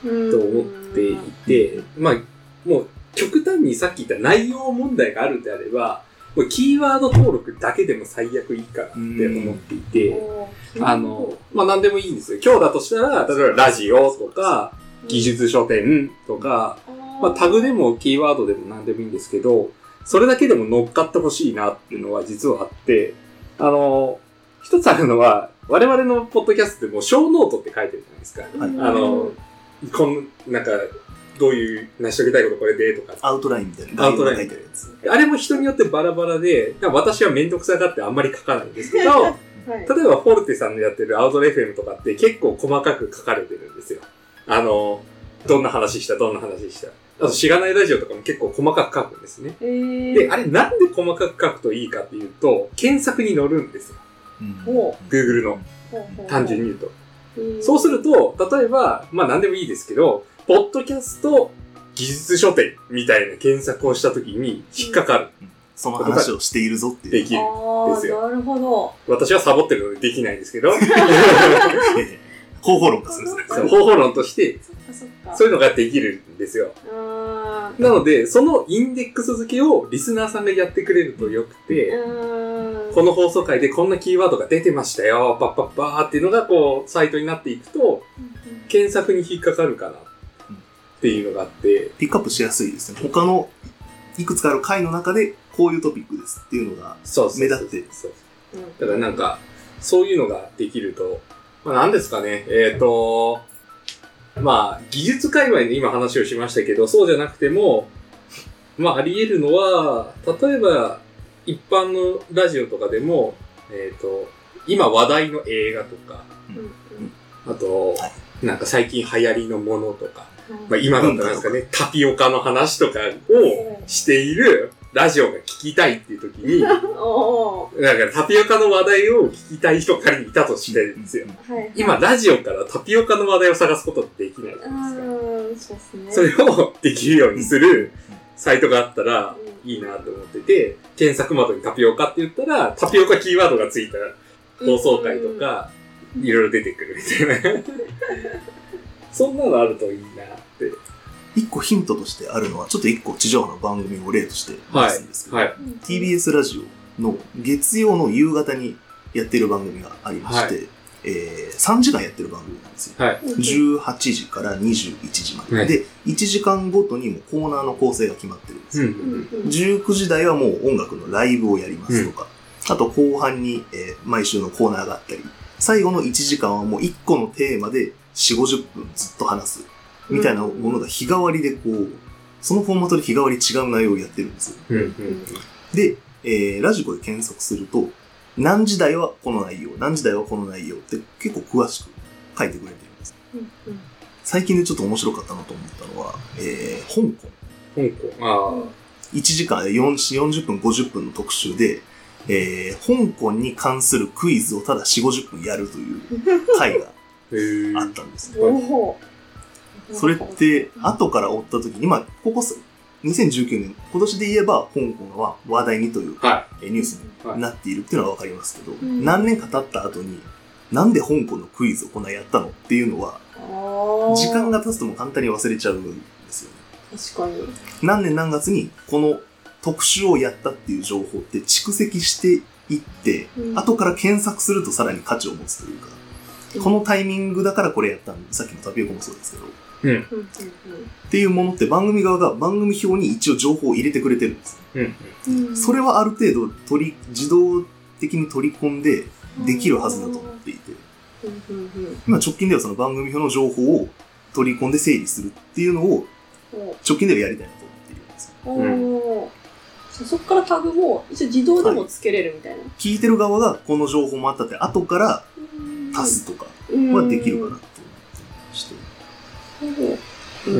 と思っていて、まあ、もう極端にさっき言った内容問題があるんであれば、もうキーワード登録だけでも最悪いいかなって思っていて、あの、まあ、何でもいいんですよ。今日だとしたら、例えばラジオとか、技術書店とか、まあ、タグでもキーワードでも何でもいいんですけど、それだけでも乗っかってほしいなっていうのは実はあって、あの、一つあるのは、我々のポッドキャストでも小ノートって書いてるじゃないですか。はい、あの、こん、なんか、どういう成し遂げたいことこれでとか。 アウトラインみたいな。 アウトライン書いてるやつ。あれも人によってバラバラで、私はめんどくさがってあんまり書かないんですけど、はい、例えばフォルテさんのやってるアウトレ エフエム とかって結構細かく書かれてるんですよ。あの、どんな話した、どんな話した。あと、しがないラジオとかも結構細かく書くんですね。で、あれなんで細かく書くといいかっていうと、検索に載るんですよ。うん、Google の。単純に言うと。そうすると、例えば、まあ何でもいいですけど、ポッドキャスト技術書店みたいな検索をしたときに引っかかる、 うん。その話をしているぞっていう。 できるんですよ。 なるほど。 私はサボってるのでできないんですけど。 方法論化するんですね。 そう、方法論として、そういうのができるんですよ。なので、そのインデックス付けをリスナーさんがやってくれるとよくて、この放送回でこんなキーワードが出てましたよ、パッパッパーっていうのがこう、サイトになっていくと、検索に引っかかるかなっていうのがあって、 ピックアップしやすいですね。他のいくつかある回の中でこういうトピックですっていうのが目立って。 そうだからなんか、そういうのができると、まあ何ですかね、えっと、まあ、技術界隈で今話をしましたけど、そうじゃなくても、まあ、あり得るのは、例えば、一般のラジオとかでも、えっと、今話題の映画とか、うん、あと、なんか最近流行りのものとか、うん、まあ今だったらなんですかね、タピオカの話とかをしているラジオが聞きたいっていう時に、なんかタピオカの話題を聞きたい人仮にいたとしてるんですよ。はいはい、今ラジオからタピオカの話題を探すことってできないじゃないですか。そうですね。それをできるようにするサイトがあったらいいなと思ってて、検索窓にタピオカって言ったら、タピオカキーワードがついた放送回とか、いろいろ出てくるみたいな。そんなのあるといいなって。 一個ヒントとしてあるのは、ちょっと一個地上波の番組を例として出すんですけど、はいはい、ティービーエス ラジオの月曜の夕方にやってる番組がありまして、はい、えー、さんじかんやってる番組なんですよ。はい、じゅうはちじからにじゅういちじまで、はい、で、いちじかんごとにもコーナーの構成が決まってるんですよ。うん、じゅうくじ台はもう音楽のライブをやりますとか、うん、あと後半に、えー、毎週のコーナーがあったり、最後のいちじかんはもういっこのテーマでよんじゅうごじゅっぷんずっと話す。みたいなものが日替わりでこう、そのフォーマットで日替わり違う内容をやってるんですよ。うんうん、で、えー、ラジコで検索すると、何時台はこの内容、何時台はこの内容って結構詳しく書いてくれてるんです。うんうん、最近でちょっと面白かったなと思ったのは、えー、香港。 香港あいちじかんでよんじゅっぷん、ごじゅっぷんの特集で、えー、香港に関するクイズをただよんじゅう、ごじゅっぷんやるという回があったんですよ。それって、後から追った時に、まあ、ここ、にせんじゅうきゅうねん、今年で言えば、香港は話題にというか、はい、ニュースになっているっていうのはわかりますけど、はい、何年か経った後に、なんで香港のクイズをこんなやったのっていうのは、時間が経つとも簡単に忘れちゃうんですよね。 確かに。 何年何月に、この特集をやったっていう情報って蓄積していって、うん、後から検索するとさらに価値を持つというか、うん、このタイミングだからこれやったんで、さっきのタピオカもそうですけど、うん、っていうものって番組側が番組表に一応情報を入れてくれてるんです、うん、それはある程度取り自動的に取り込んでできるはずだと思っていて、今直近ではその番組表の情報を取り込んで整理するっていうのを直近ではやりたいなと思っているんですよ、 うん、そこからタグも一応自動でもつけれるみたいな、はい、 聞いてる側がこの情報もあったって後から足すとかはできるかなと思ってまして、 うん、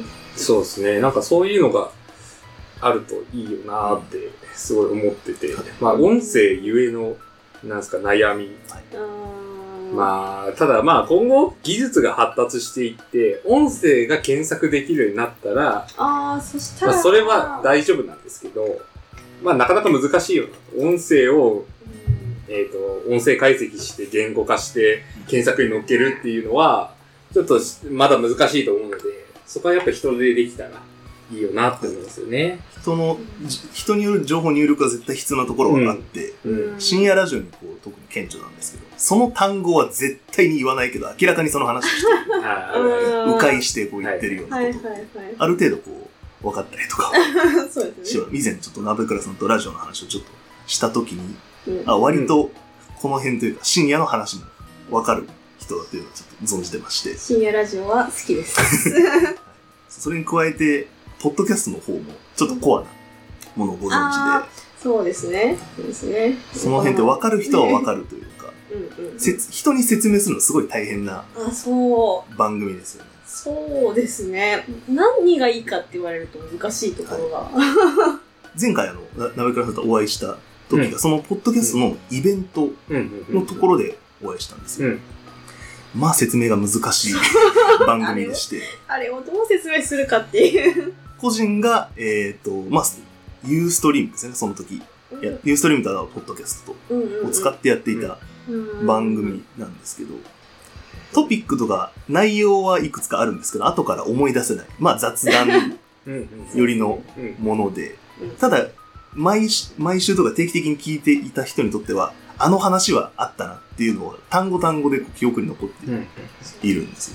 そうですね。なんかそういうのがあるといいよなーってすごい思ってて、まあ音声ゆえのなんですか悩み、はい、まあただまあ今後技術が発達していって音声が検索できるようになったら、 あーそしたらまあそれは大丈夫なんですけど、まあなかなか難しいよな。音声をえっと音声解析して言語化して検索に乗っけるっていうのは。ちょっとまだ難しいと思うので、 そこはやっぱ人でできたらいいよなって思うんですよね。 人の、人による情報入力は絶対必要なところがあって、うんうん、深夜ラジオにこう特に顕著なんですけど、その単語は絶対に言わないけど、明らかにその話をしてる。迂回してこう言ってるようなこと。ある程度こう、分かったりとか。そうですね。以前ちょっと鍋倉さんとラジオの話をちょっとしたときに、うん、あ、割とこの辺というか、深夜の話も分かる人だっていうのをちょっと存じてまして。 深夜ラジオは好きです。 それに加えて、ポッドキャストの方もちょっとコアなものをご存知で、 そうですね。そうですね。 その辺って分かる人は分かるというか、うんうん、人に説明するのすごい大変な番組ですよね。 そうですね。何がいいかって言われると難しいところが。 はい、前回あの鍋倉さんとお会いした時が、うん、そのポッドキャストのイベントのところでお会いしたんですよ。うんうんうん、まあ説明が難しい番組でして、 あれをどう説明するかっていう個人がえっ、ー、とまあユーストリームですね、その時。うん、いやユーストリームとはポッドキャストを使ってやっていた番組なんですけど、トピックとか内容はいくつかあるんですけど、後から思い出せない。まあ雑談よりのもので、ただ毎、毎週とか定期的に聞いていた人にとっては、あの話はあったなっていうのを単語単語で記憶に残っているんですよ。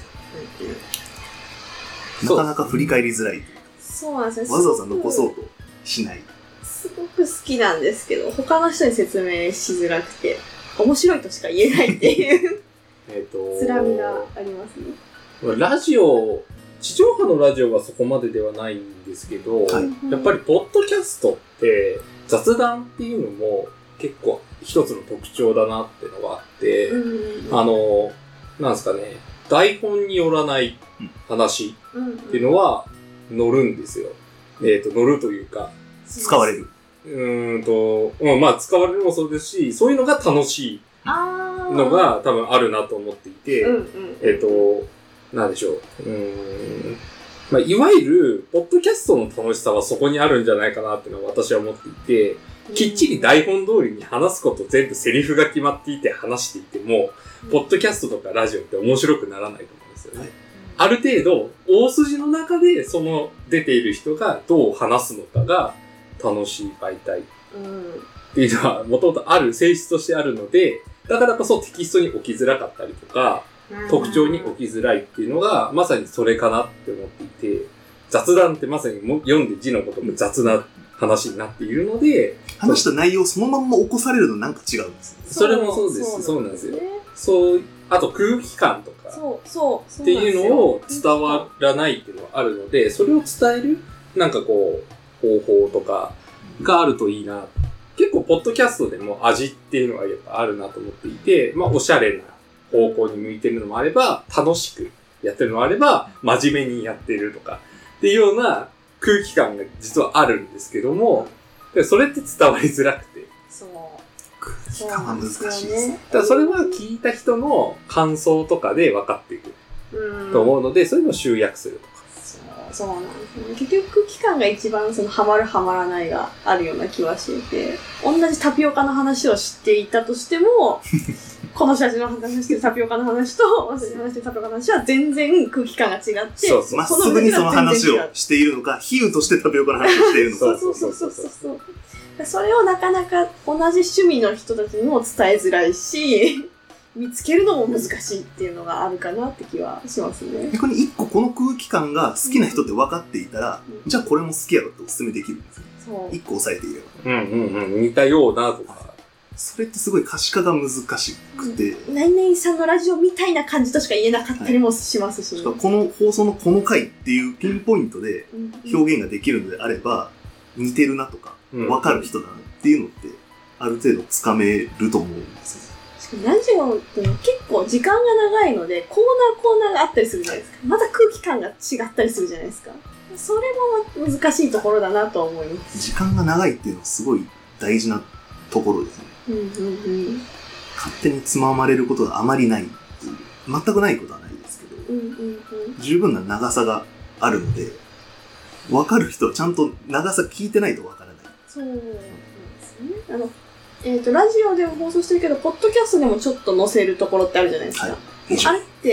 なかなか振り返りづらいというか、 そうなんですね。 わざわざ残そうとしない。 すごく好きなんですけど、他の人に説明しづらくて、面白いとしか言えないっていうえっと辛みがありますね。 ラジオ、地上波のラジオはそこまでではないんですけど、はい、やっぱりポッドキャストって雑談っていうのも結構一つの特徴だなっていうのがあって、うん、あの、なんですかね、台本によらない話っていうのは乗るんですよ。えっと、乗るというか、 使われる。 うーんと、うん、まあ使われるもそうですし、そういうのが楽しいのが多分あるなと思っていて、うんうん、えっと、なんでしょう。うーん、まあ、いわゆる、ポッドキャストの楽しさはそこにあるんじゃないかなっていうのは私は思っていて、きっちり台本通りに話すこと全部セリフが決まっていて話していても、ポッドキャストとかラジオって面白くならないと思うんですよね。はい、ある程度、大筋の中でその出ている人がどう話すのかが楽しい媒体っていうのはもともとある性質としてあるので、だからこそテキストに置きづらかったりとか、特徴に置きづらいっていうのがまさにそれかなって思っていて、雑談ってまさにも読んで字のことも雑な話になっているので、 話した内容そのまんま起こされるのなんか違うんですよね。 それもそうです。そうなんですよ。そう、あと空気感とかっていうのを伝わらないっていうのがあるので、それを伝えるなんかこう方法とかがあるといいな。結構ポッドキャストでも味っていうのがやっぱあるなと思っていて、まあおしゃれな方向に向いてるのもあれば、楽しくやってるのもあれば、真面目にやってるとかっていうような空気感が実はあるんですけども、それって伝わりづらくて。 そう。 空気感は難しいですね。 だからそれは聞いた人の感想とかで分かっていくと思うので、そういうのを集約するとか。 そう、そうなんですね。結局空気感が一番そのハマるハマらないがあるような気はしていて、同じタピオカの話を知っていたとしても、この写真の話してるタピオカの話と、私の話してるタピオカの話は全然空気感が違って、 そうそう、まっすぐにその話をしているのか、比喩としてタピオカの話をしているのか。 そうそうそうそうそう。それをなかなか同じ趣味の人たちにも伝えづらいし、見つけるのも難しいっていうのがあるかなって気はしますね。 逆に一個この空気感が好きな人って分かっていたら、うん、じゃあこれも好きやろってお勧めできるんですよ。そう。一個押さえていれば。 うんうんうん。似たようなとか。 それってすごい可視化が難しくて、 うん、何々さんのラジオみたいな感じとしか言えなかったりもしますし、ね、 はい、この放送のこの回っていうピンポイントで表現ができるのであれば、似てるなとか、分かる人だなっていうのってある程度つかめると思うんですよ。 ラジオって結構時間が長いので、コーナーコーナーがあったりするじゃないですか。また空気感が違ったりするじゃないですか。それも難しいところだなと思います。 時間が長いっていうのはすごい大事なところですね。うんうんうん、勝手につままれることがあまりないっていう、全くないことはないですけど、うんうんうん、十分な長さがあるので、分かる人はちゃんと長さ聞いてないと分からない。 そうなんですね。あのえっとラジオでも放送してるけど、ポッドキャストでもちょっと載せるところってあるじゃないですか。はい、あれって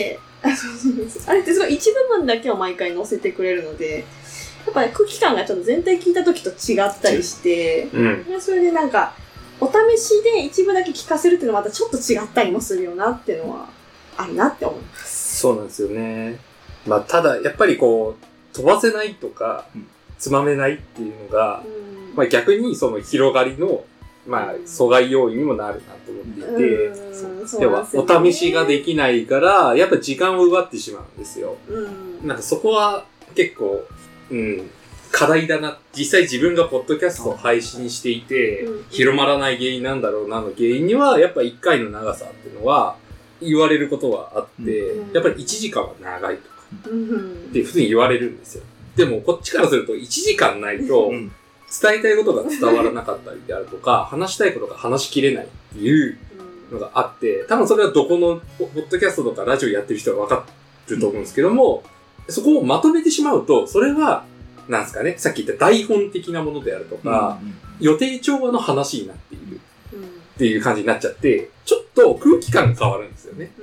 あれってすごい一部分だけを毎回載せてくれるので、やっぱり空気感がちょっと全体聞いた時と違ったりして、うん、それでなんか、お試しで一部だけ聞かせるっていうのはまたちょっと違ったりもするよなっていうのはあるなって思います。 そうなんですよね。まあ、ただ、やっぱりこう、飛ばせないとか、うん、つまめないっていうのが、うん、まあ逆にその広がりの、まあ、阻害要因にもなるなと思っていて、うん、要は、お試しができないから、やっぱ時間を奪ってしまうんですよ。うん、なんかそこは結構、うん、課題だな。実際自分がポッドキャストを配信していて、うん、広まらない原因なんだろうなの原因には、やっぱいっかいの長さっていうのは、言われることはあって、うん、やっぱりいちじかんは長いとか、うん、って普通に言われるんですよ。でも、こっちからするといちじかんないと、伝えたいことが伝わらなかったりであるとか、話したいことが話しきれないっていうのがあって、多分それはどこのポッドキャストとかラジオやってる人は分かってると思うんですけども、そこをまとめてしまうと、それは、なんですかね、さっき言った台本的なものであるとか、うんうん、予定調和の話になっているっていう感じになっちゃって、ちょっと空気感が変わるんですよね。うん、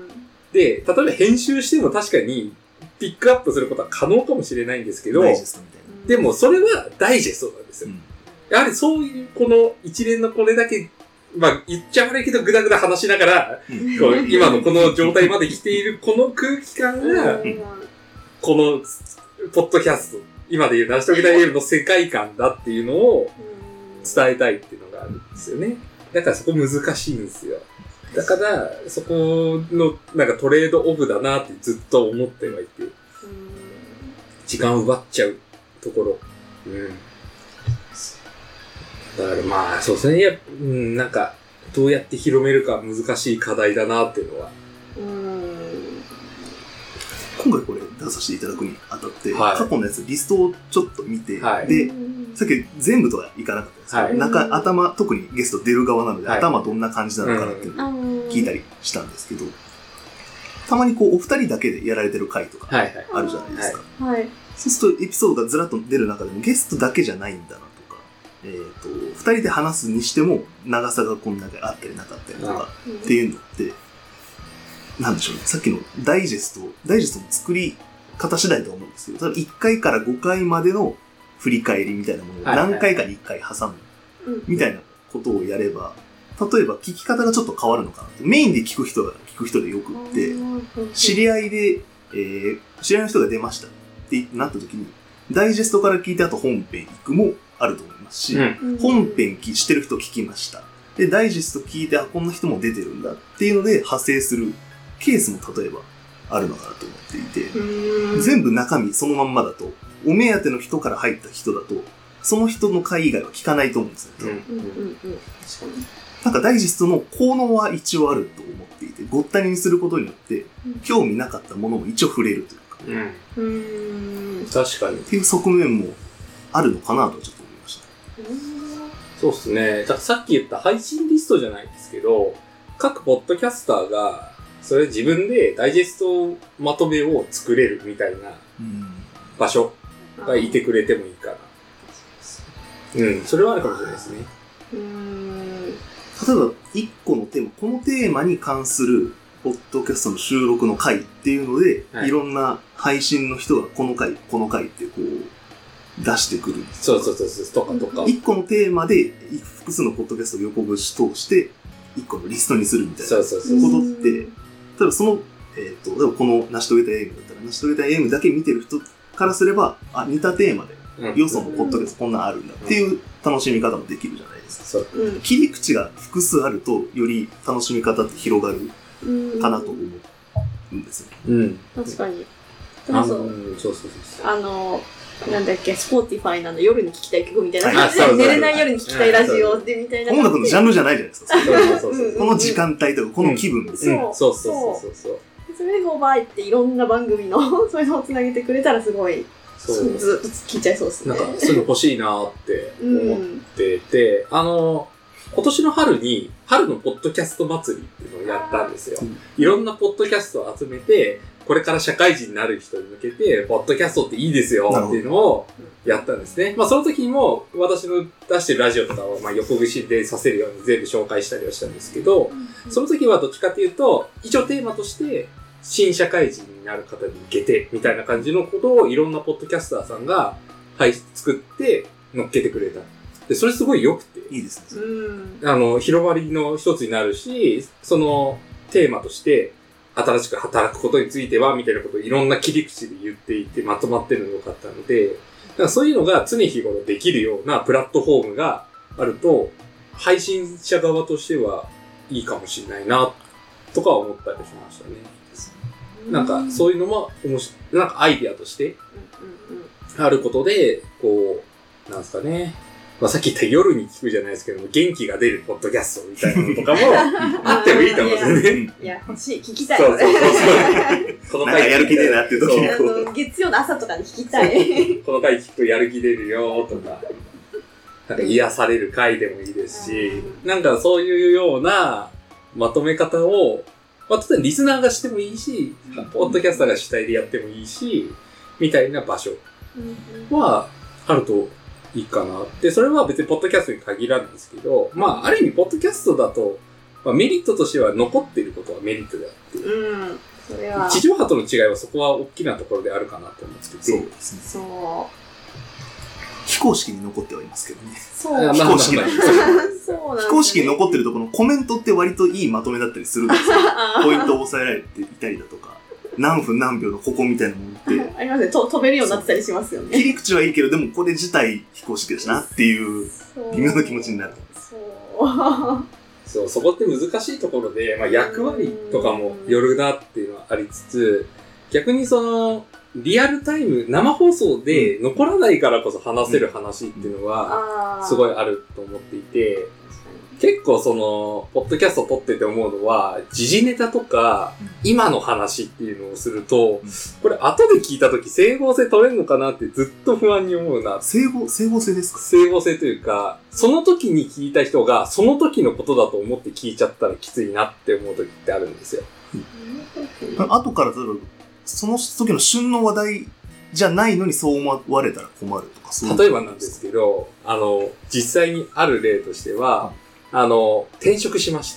で、例えば編集しても確かにピックアップすることは可能かもしれないんですけど、ダイジェストみたいな。でもそれはダイジェストなんですよ。うん、やはりそういうこの一連のこれだけ、まあ言っちゃ悪いけどぐだぐだ話しながら、うん、こう今のこの状態まで来ているこの空気感が、このポッドキャスト、今で言う成し遂げたいエールの世界観だっていうのを伝えたいっていうのがあるんですよね。だからそこ難しいんですよ。だからそこのなんかトレードオフだなってずっと思ってはいて、時間を奪っちゃうところ。うん。だからまあそうですね。いや、うん、なんかどうやって広めるか難しい課題だなっていうのは。うん、 今回これ出させていただくにあたって、はい、過去のやつリストをちょっと見て、はい、で、さっき全部とはいかなかったですけど、はい、中、頭、特にゲスト出る側なので、はい、頭どんな感じなのかなっていうのを聞いたりしたんですけど、たまにこうお二人だけでやられてる回とかあるじゃないですか。はいはいはい、そうするとエピソードがずらっと出る中でもゲストだけじゃないんだなとか、えっと、二人で話すにしても長さがこんなにあったりなかったりとかっていうのって、なんでしょうね。さっきのダイジェスト、ダイジェストの作り方次第と思うんですけど、いっかいからごかいまでの振り返りみたいなものを何回かにいっかい挟むみたいなことをやれば、例えば聞き方がちょっと変わるのかなって。メインで聞く人が聞く人でよくって、知り合いで、えー、知り合いの人が出ましたってなった時に、ダイジェストから聞いてあと本編行くもあると思いますし、うん、本編知ってる人聞きました。で、ダイジェスト聞いて、あ、こんな人も出てるんだっていうので派生するケースも例えばあるのかなと思っていて、全部中身そのまんまだと、お目当ての人から入った人だと、その人の回以外は聞かないと思うんですよ。うんうんうん、なんかダイジェストの効能は一応あると思っていて、ごったににすることによって、興味なかったものも一応触れるというか。 うん、確かに。 っていう側面もあるのかなとちょっと思いました。 そうですね。だからさっき言った配信リストじゃないですけど、各ポッドキャスターが、それ自分でダイジェストまとめを作れるみたいな場所がいてくれてもいいかな。うん、それはあるかもしれないですね。うーん、例えば、一個のテーマ、このテーマに関するポッドキャストの収録の回っていうので、はい、いろんな配信の人がこの回、この回ってこう、出してくるんです。 そうそうそうそう、とかとか。 一個のテーマで、複数のポッドキャストを横串通して、一個のリストにするみたいなことって、例えばその、えっと、例えばこの成し遂げたエイムだったら、成し遂げたエイムだけ見てる人からすれば、あ、似たテーマで、よそのポッドキャストこんなんあるんだっていう楽しみ方もできるじゃないですか。そう、うん、切り口が複数あると、より楽しみ方って広がるかなと思うんですよね。 うん。確かに。 あの、そうそうそう。 あの、なんだっけ、スポーティファイなの夜に聴きたい曲みたいな感じで、寝れない夜に聴きたいラジオでみたいな。 音楽のジャンルじゃないじゃないですか。そうそうそう。この時間帯とか、この気分ですよ。そうそうそうそう。 それでこうバーっていろんな番組のそういうのをつなげてくれたらすごい、そうずっと聞いちゃいそうですね。 なんかそういうの欲しいなって思ってて、うん、あの、今年の春に、春のポッドキャスト祭りっていうのをやったんですよ。いろんなポッドキャストを集めて、これから社会人になる人に向けて、ポッドキャストっていいですよっていうのをやったんですね。まあその時にも私の出してるラジオとかをまあ横串でさせるように全部紹介したりはしたんですけど、その時はどっちかっていうと、一応テーマとして、 新社会人になる方に向けて、みたいな感じのことをいろんなポッドキャスターさんが、はい、作って乗っけてくれた。で、それすごい良くて。 いいですね。 うん。 あの、広がりの一つになるし、そのテーマとして、新しく働くことについては、みたいなことをいろんな切り口で言っていて、まとまってるのが良かったので、だからそういうのが常日頃できるようなプラットフォームがあると、配信者側としてはいいかもしれないな、とか思ったりしましたね。なんか、そういうのも面白い、なんかアイディアとしてあることで、こう、なんですかね。まあ、さっき言った夜に聞くじゃないですけども、元気が出るポッドキャストみたいなのとかもあってもいいと思うんですよね。 いや、欲しい。聞きたい。 そうそうそうそう。この回やる気出るなっていう時にこう。月曜の朝とかに聞きたい。 この回聞くとやる気出るよとか、なんか癒される回でもいいですし、なんかそういうようなまとめ方を、まあ、例えばリスナーがしてもいいし、ポッドキャスターが主体でやってもいいし、みたいな場所はあるといいかなって、それは別にポッドキャストに限らないんですけど、まあ、ある意味、ポッドキャストだと、まあ、メリットとしては残っていることはメリットであって、 うん、それは地上波との違いはそこは大きなところであるかなと思ってて。 そうですね。 そう。 非公式に残ってはいますけどね。 そう。 非公式な。 そうなんですね。 非公式に残ってるところのコメントって割といいまとめだったりするんですよ。ポイントを押さえられていたりだとか、何分何秒のここみたいなものって。 ありますね。と飛べるようになってたりしますよね。 切り口はいいけど、でもこれ自体非公式だしなっていう微妙な気持ちになる。 そう。 そう、そこって難しいところで、まあ、役割とかもよるなっていうのはありつつ、逆にその、リアルタイム、生放送で残らないからこそ話せる話っていうのは、すごいあると思っていて、結構その、ポッドキャスト撮ってて思うのは、時事ネタとか、今の話っていうのをすると、これ後で聞いたとき整合性取れるのかなってずっと不安に思うな。 整合、整合性ですか？ 整合性というか、その時に聞いた人が、その時のことだと思って聞いちゃったらきついなって思う時ってあるんですよ。 うん、後から例えば、その時の旬の話題じゃないのにそう思われたら困るとか、そういう例えばなんですけど、あの、実際にある例としては、あの、転職しました。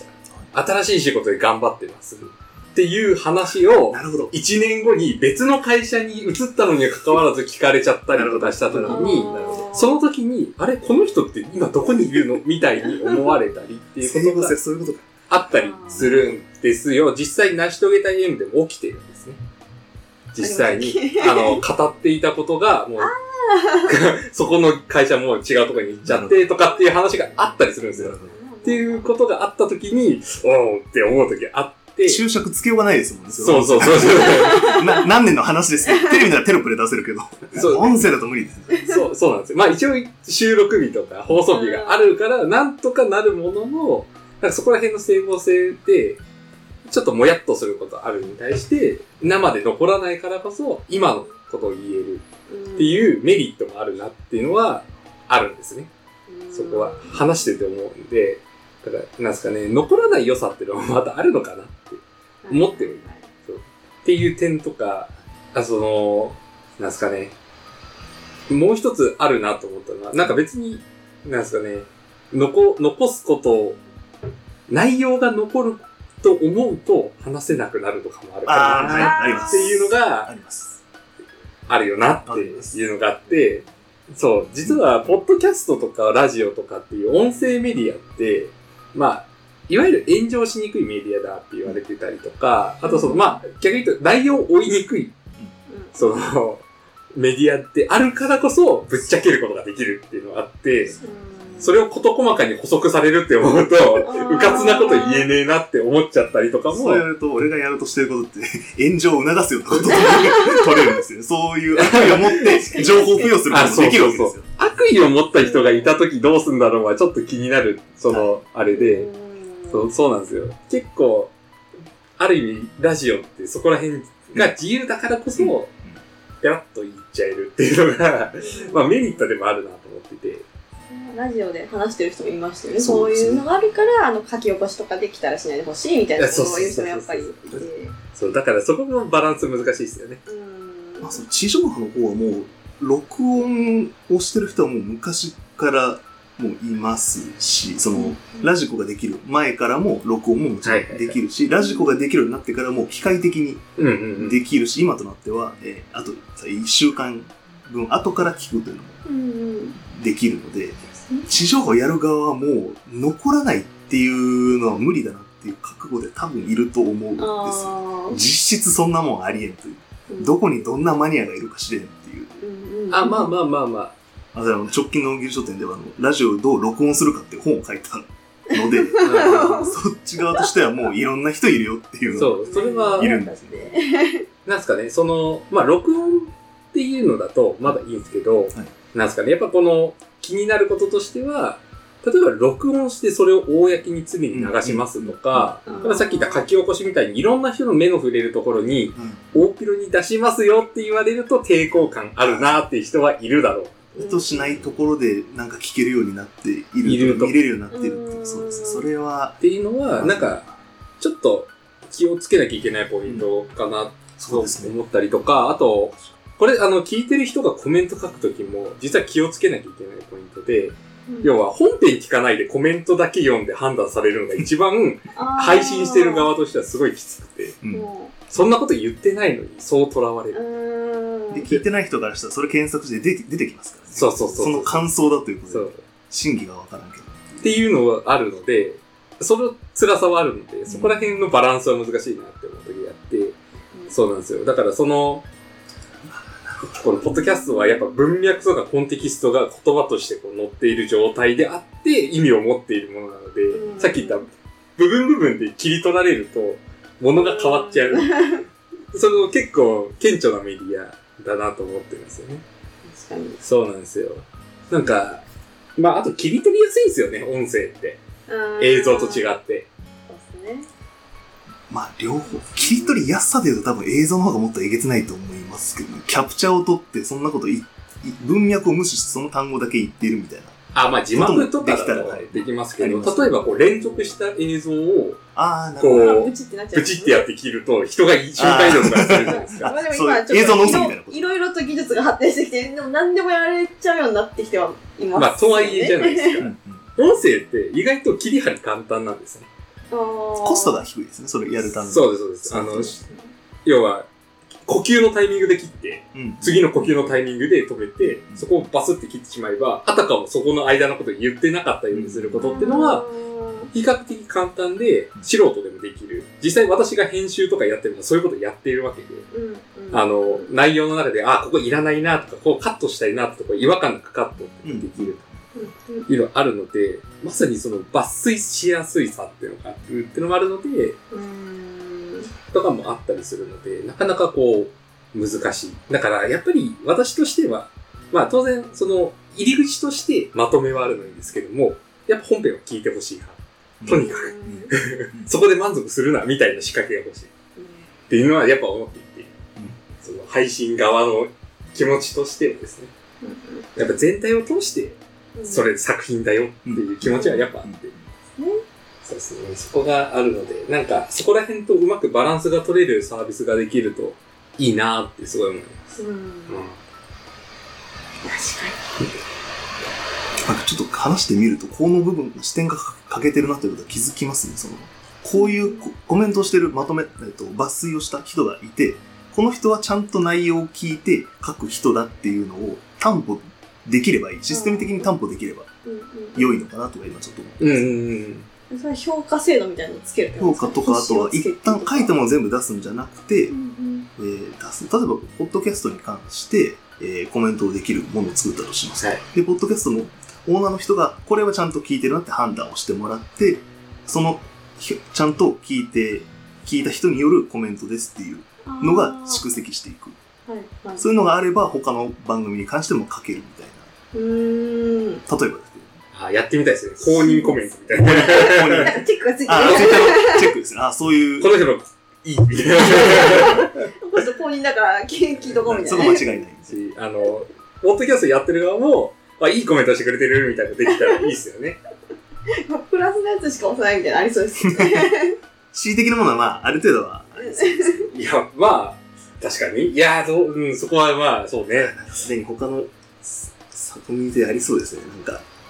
新しい仕事で頑張ってます。っていう話を、 なるほど。 いちねんごに別の会社に移ったのに関わらず聞かれちゃったりとかした時に、その時に、あれこの人って今どこにいるのみたいに思われたりっていうことがそういうことかあったりするんですよ。実際成し遂げたい M でも起きてるんですね。実際に、あの、語っていたことが、もう、そこの会社も違うところに行っちゃってとかっていう話があったりするんですよ。っていうことがあったときに、おーって思うときがあって。 注釈つけようがないですもんね。 そうそうそうそうな。何年の話ですね。テレビならテロップで出せるけど、そう音声だと無理です。 そう、そうなんですよ。まあ一応収録日とか放送日があるから、なんとかなるものの、なんかそこら辺の整合性で、ちょっともやっとすることあるに対して、生で残らないからこそ、今のことを言えるっていうメリットもあるなっていうのはあるんですね。そこは話してて思うんで、だから、なんですかね、残らない良さっていうのはまたあるのかなって思ってる。そうっていう点とか、あ、その、なんですかね、もう一つあるなと思ったのは、なんか別に、なんですかね、残、残すことを、内容が残ると思うと話せなくなるとかもあるかなっていうのが、あります。あるよなっていうのがあって、そう、実は、ポッドキャストとかラジオとかっていう音声メディアって、まあ、いわゆる炎上しにくいメディアだって言われてたりとか、あとその、まあ、逆に言うと内容を追いにくい、その、メディアってあるからこそ、ぶっちゃけることができるっていうのがあって、それを事細かに補足されるって思うと、うかつなこと言えねえなって思っちゃったりとかも。 そうやると、俺がやろうとしてることって、炎上を促すよってことが取れるんですよね。そういう悪意を持って、情報を付与することができるわけですよ。 悪意を持った人がいたときどうすんだろうはちょっと気になる、その、あれで、そう、そうなんですよ。結構、ある意味、ラジオってそこら辺が自由だからこそ、ペラッと言っちゃえるっていうのが、まあメリットでもあるなと思ってて。 ラジオで話してる人もいましたよね。そういうのがあるから、あの、書き起こしとかできたらしないでほしいみたいな、そういう人もやっぱりいて。 そう、だからそこのバランス難しいですよね。 うん。まあ、その地上波の方はもう、録音をしてる人はもう昔から、 もいますし、その、ラジコができる前からも録音ももちろんできるし、ラジコができるようになってからも機械的にできるし、今となっては、えー、あといっしゅうかんぶん後から聞くというのもできるので、地上波をやる側はもう残らないっていうのは無理だなっていう覚悟で多分いると思うんですよ。実質そんなもんありえんという。どこにどんなマニアがいるか知れんっていう。 あ、まあまあまあまあ。 あ直近のギル書店ではあのラジオをどう録音するかっていう本を書いたのでそっち側としてはもういろんな人いるよっていうのがそうそれはいるんですね。なんですかね、そのまあ録音っていうのだとまだいいんですけど、はい、なんですかね、やっぱこの気になることとしては、例えば録音してそれを公に常に流しますとか、うんうん、さっき言った書き起こしみたいにいろんな人の目の触れるところに、うん、大広に出しますよって言われると抵抗感あるなっていう人はいるだろう。 意図しないところでなんか聞けるようになっているいると見れるようになっているっていう、そうです。それはっていうのはなんかちょっと気をつけなきゃいけないポイントかなと思ったりとか、あとこれあの聞いてる人がコメント書くときも実は気をつけなきゃいけないポイントで、要は本編聞かないでコメントだけ読んで判断されるのが一番配信してる側としてはすごいきつくて、うん、そんなこと言ってないのにそう囚われる。 で聞いてない人からしたらそれ検索して出て、出てきますからね。 そうそうそう。 その感想だということで、真偽がわからんけど。 っていうのがあるので、その辛さはあるので、そこら辺のバランスは難しいなって思う時があって、うん、そうなんですよ。だからその、このポッドキャストはやっぱ文脈とかコンテキストが言葉としてこう載っている状態であって意味を持っているものなので、うん、さっき言った部分部分で切り取られると物が変わっちゃう。その結構顕著なメディアだなと思ってるんですよね。 確かに。 そうなんですよ。なんか、まああと切り取りやすいんですよね、音声って。映像と違って。そうですね。 まあ両方、切り取りやすさで言うと多分映像の方がもっとえげつないと思いますけど、ね、キャプチャーを取ってそんなことい、文脈を無視してその単語だけ言っているみたいな。 あ、まあ字幕とかだとできますけど、例えばこう連続した映像を、 ああ、なるほど。こう、ブチってなっちゃう。ブチってやって切ると人が瞬間移動とかするじゃないですか。 まあでも今ちょっと映像の嘘みたいなこと。いろいろと技術が発展してきて、でも何でもやられちゃうようになってきてはいます、ね。 まあとはいえじゃないですか。音声って意外と切り張り簡単なんですね。 コストが低いですね、それやるために。 そうです、そうです。あの、要は、呼吸のタイミングで切って、うん、次の呼吸のタイミングで止めて、うん、そこをバスって切ってしまえば、あたかもそこの間のことを言ってなかったようにすることっていうのは、比較的簡単で、素人でもできる。実際私が編集とかやってるのはそういうことをやっているわけで、うんうん、あの、内容の中で、あ、ここいらないなとか、ここカットしたいなとか、違和感なくカットってできると。いうのがあるので、まさにその抜粋しやすいさっていうのがあるっていうのもあるので、とかもあったりするので、なかなかこう、難しい。だからやっぱり私としては、まあ当然その入り口としてまとめはあるのにですけども、やっぱ本編は聞いてほしい派。とにかく。そこで満足するな、みたいな仕掛けが欲しい。っていうのはやっぱ思っていて、その配信側の気持ちとしてはですね、やっぱ全体を通して、それ作品だよっていう気持ちはやっぱあって。そうですね。そこがあるので、なんかそこら辺とうまくバランスが取れるサービスができるといいなってすごい思います。うん。うん、確かに。なんかちょっと話してみると、この部分、視点が欠けてるなということは気づきますね。その、こういうコメントをしてる、まとめ、えっと、抜粋をした人がいて、この人はちゃんと内容を聞いて書く人だっていうのを担保できればいい。システム的に担保できれば良いのかなとは今ちょっと思ってます。うんうんうん、それ評価制度みたいなのつける評価とか、あとは一旦書いたものを全部出すんじゃなくて、うんうん、えー、出す。例えば、ポッドキャストに関して、えー、コメントをできるものを作ったとします。はい、で、ポッドキャストのオーナーの人が、これはちゃんと聞いてるなって判断をしてもらって、その、ちゃんと聞いて、聞いた人によるコメントですっていうのが蓄積していく。はいはい、そういうのがあれば、他の番組に関しても書けるみたいな。うーん。例えばですけど。 あ、やってみたいですね。公認コメントみたいな。公認。なんかチェックがついてる。 あ、ツイッターのチェックですね。あ、そういう。 この人の、いい。この人公認だから、聞いとこうみたいな。 そこ間違いないし、あの、ポッドキャストやってる側も、あ、いいコメントしてくれてるみたいなのできたらいいですよね。 プラスのやつしか押さないみたいなのありそうですね。 恣意的なものはまあ、ある程度は。 いや、まあ、確かに。いや、どう、うん、そこはまあ、そうね。 すでに他の、コミュニティありそうですね。なんか、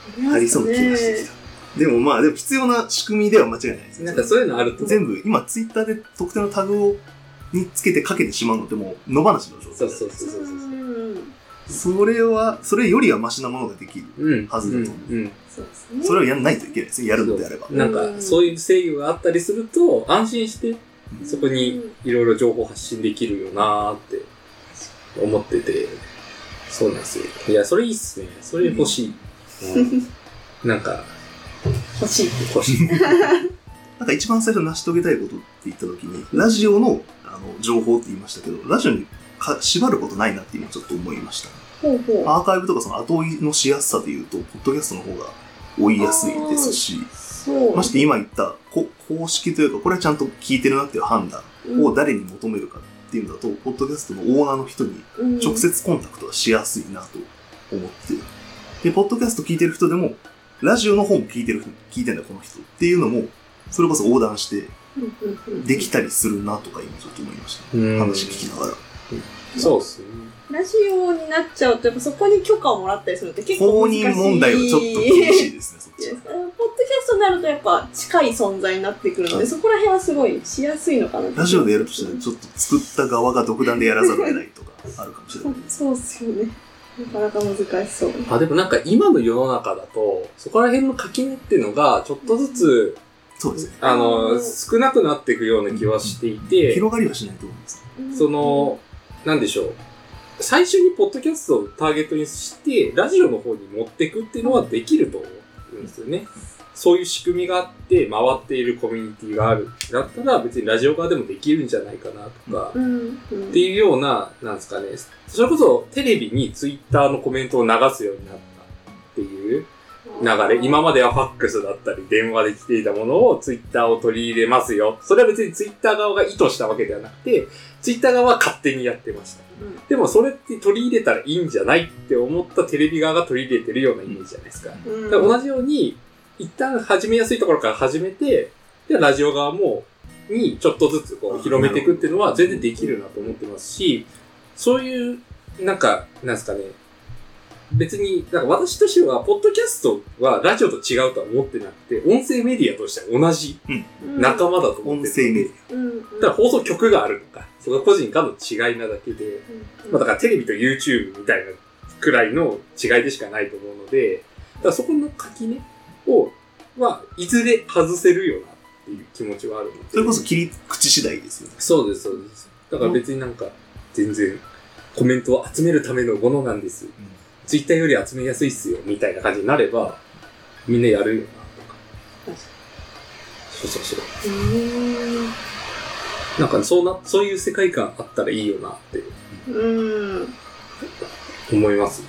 ありそうな気がしてきた。でもまあ、でも必要な仕組みでは間違いないですね。 なんかそういうのあると。 全部、今ツイッターで特定のタグを、につけてかけてしまうのってもう野放しの状態。 そうそうそうそう。 それは、それよりはマシなものができるはずだと思う。 うんうんうん、 そうですね。 それをやんないといけないですね。やるのであれば。 なんか、そういう制御があったりすると、安心して、そこにいろいろ情報発信できるよなーって思ってて、そうなんですよ。いや、それいいっすね。それ欲しい。うん、なんか、 欲しい。 欲しい。 なんか一番最初成し遂げたいことって言った時に、ラジオのあの情報って言いましたけど、ラジオにか縛ることないなっていうのをちょっと思いました。 ほうほう。 アーカイブとかその後追いのしやすさで言うと、ポッドキャストの方が追いやすいですし、まして今言ったこ公式というか、これはちゃんと聞いてるなっていう判断を誰に求めるかっていうのだと、うん、ポッドキャストのオーナーの人に直接コンタクトはしやすいなと思って、で、ポッドキャスト聞いてる人でも、ラジオの方も聞いてる、聞いてんだこの人っていうのも、それこそ横断してできたりするなとか今ちょっと思いました。話聞きながら。 そうですね。 ラジオになっちゃうと、やっぱそこに許可をもらったりするのって結構難しい。 公認問題はちょっと厳しいですね、そっちは。 ポッドキャストになるとやっぱ近い存在になってくるので、はい、そこら辺はすごいしやすいのかな。 ラジオでやるとしたら、ちょっと作った側が独断でやらざるを得ないとかあるかもしれないです。 そうっすよね。なかなか難しそう。 あ、でもなんか今の世の中だと、そこら辺の垣根っていうのが、ちょっとずつ、 そうですね。 あの、少なくなっていくような気はしていて、 広がりはしないと思うんです。 その、なんでしょう。最初にポッドキャストをターゲットにして、ラジオの方に持っていくっていうのはできると思うんですよね。そういう仕組みがあって、回っているコミュニティがある。だったら別にラジオ側でもできるんじゃないかなとか、 うんうん、 っていうような、なんですかね。それこそテレビにツイッターのコメントを流すようになったっていう流れ。今まではファックスだったり電話で来ていたものをツイッターを取り入れますよ。それは別にツイッター側が意図したわけではなくて、ツイッター側は勝手にやってました。うん、でもそれって取り入れたらいいんじゃないって思ったテレビ側が取り入れてるようなイメージじゃないですか。うん、だから同じように、一旦始めやすいところから始めて、で、ラジオ側も、にちょっとずつこう広めていくっていうのは全然できるなと思ってますし、そういう、なんか、なんですかね、別に、なんか私としては、ポッドキャストはラジオと違うとは思ってなくて、音声メディアとしては同じ仲間だと思ってる。 音声メディア。だから放送局があるのか、それは個人間の違いなだけで、まあだからテレビと YouTube みたいなくらいの違いでしかないと思うので、だからそこの垣根を、まあ、いずれ外せるよなっていう気持ちはあるので。 それこそ切り口次第ですよね。 そうです、そうです。だから別になんか、全然、コメントを集めるためのものなんです。うん、ツイッターより集めやすいっすよ、みたいな感じになれば、みんなやるよな、とか。そうそうそう。うーんなんか、そうな、そういう世界観あったらいいよな、って。うーん。思いますね。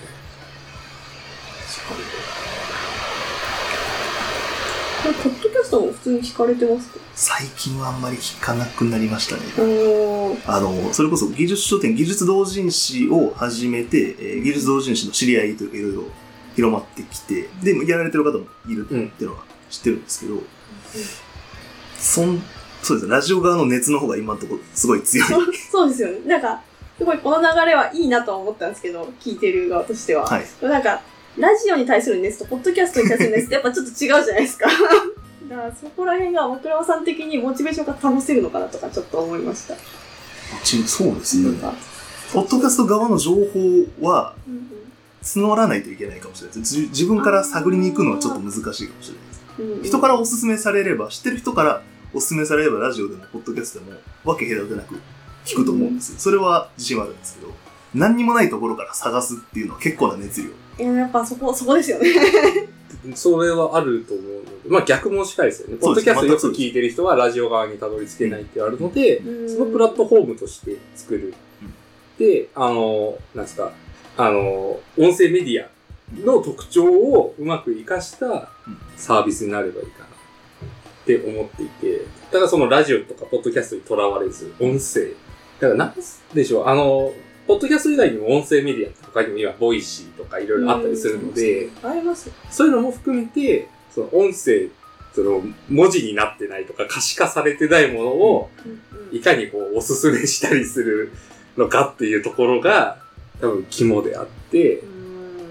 これ、ポッドキャストも普通に聞かれてますか？ 最近はあんまり聞かなくなりましたね。あの、それこそ技術書店、技術同人誌を始めて、えー、技術同人誌の知り合いというかいろいろ広まってきて、で、やられてる方もいるっていうのは知ってるんですけど、うん、そん、そうですね、ラジオ側の熱の方が今のところすごい強い。 そう、そうですよね。なんか、すごいこの流れはいいなとは思ったんですけど、聞いてる側としては。はい。なんか、ラジオに対する熱とポッドキャストに対する熱ってやっぱちょっと違うじゃないですか。だからそこら辺が枕山さん的にモチベーションが保せるのかなとかちょっと思いました。 そうですね。ポッドキャスト側の情報は募らないといけないかもしれないです。自分から探りに行くのはちょっと難しいかもしれないです。うんうん、人からおすすめされれば、知ってる人からおすすめされればラジオでもポッドキャストでもわけ隔てなく聞くと思うんです。うん、それは自信はあるんですけど、何にもないところから探すっていうのは結構な熱量。 いや、やっぱそこ、そこですよね。 それはあると思うので、まあ逆も近いですよね。ポッドキャストよく聞いてる人はラジオ側にたどり着けないってあるので、うん、そのプラットフォームとして作る。うん、で、あの、なんですか、あの、音声メディアの特徴をうまく活かしたサービスになればいいかなって思っていて、だからそのラジオとかポッドキャストにとらわれず、音声。だからなんでしょう、あの、ポッドキャスト以外にも音声メディアとかにも今、ボイシーとかいろいろあったりするので、 あります。 そういうのも含めて、その音声、その文字になってないとか可視化されてないものを、いかにこうおすすめしたりするのかっていうところが、多分肝であって、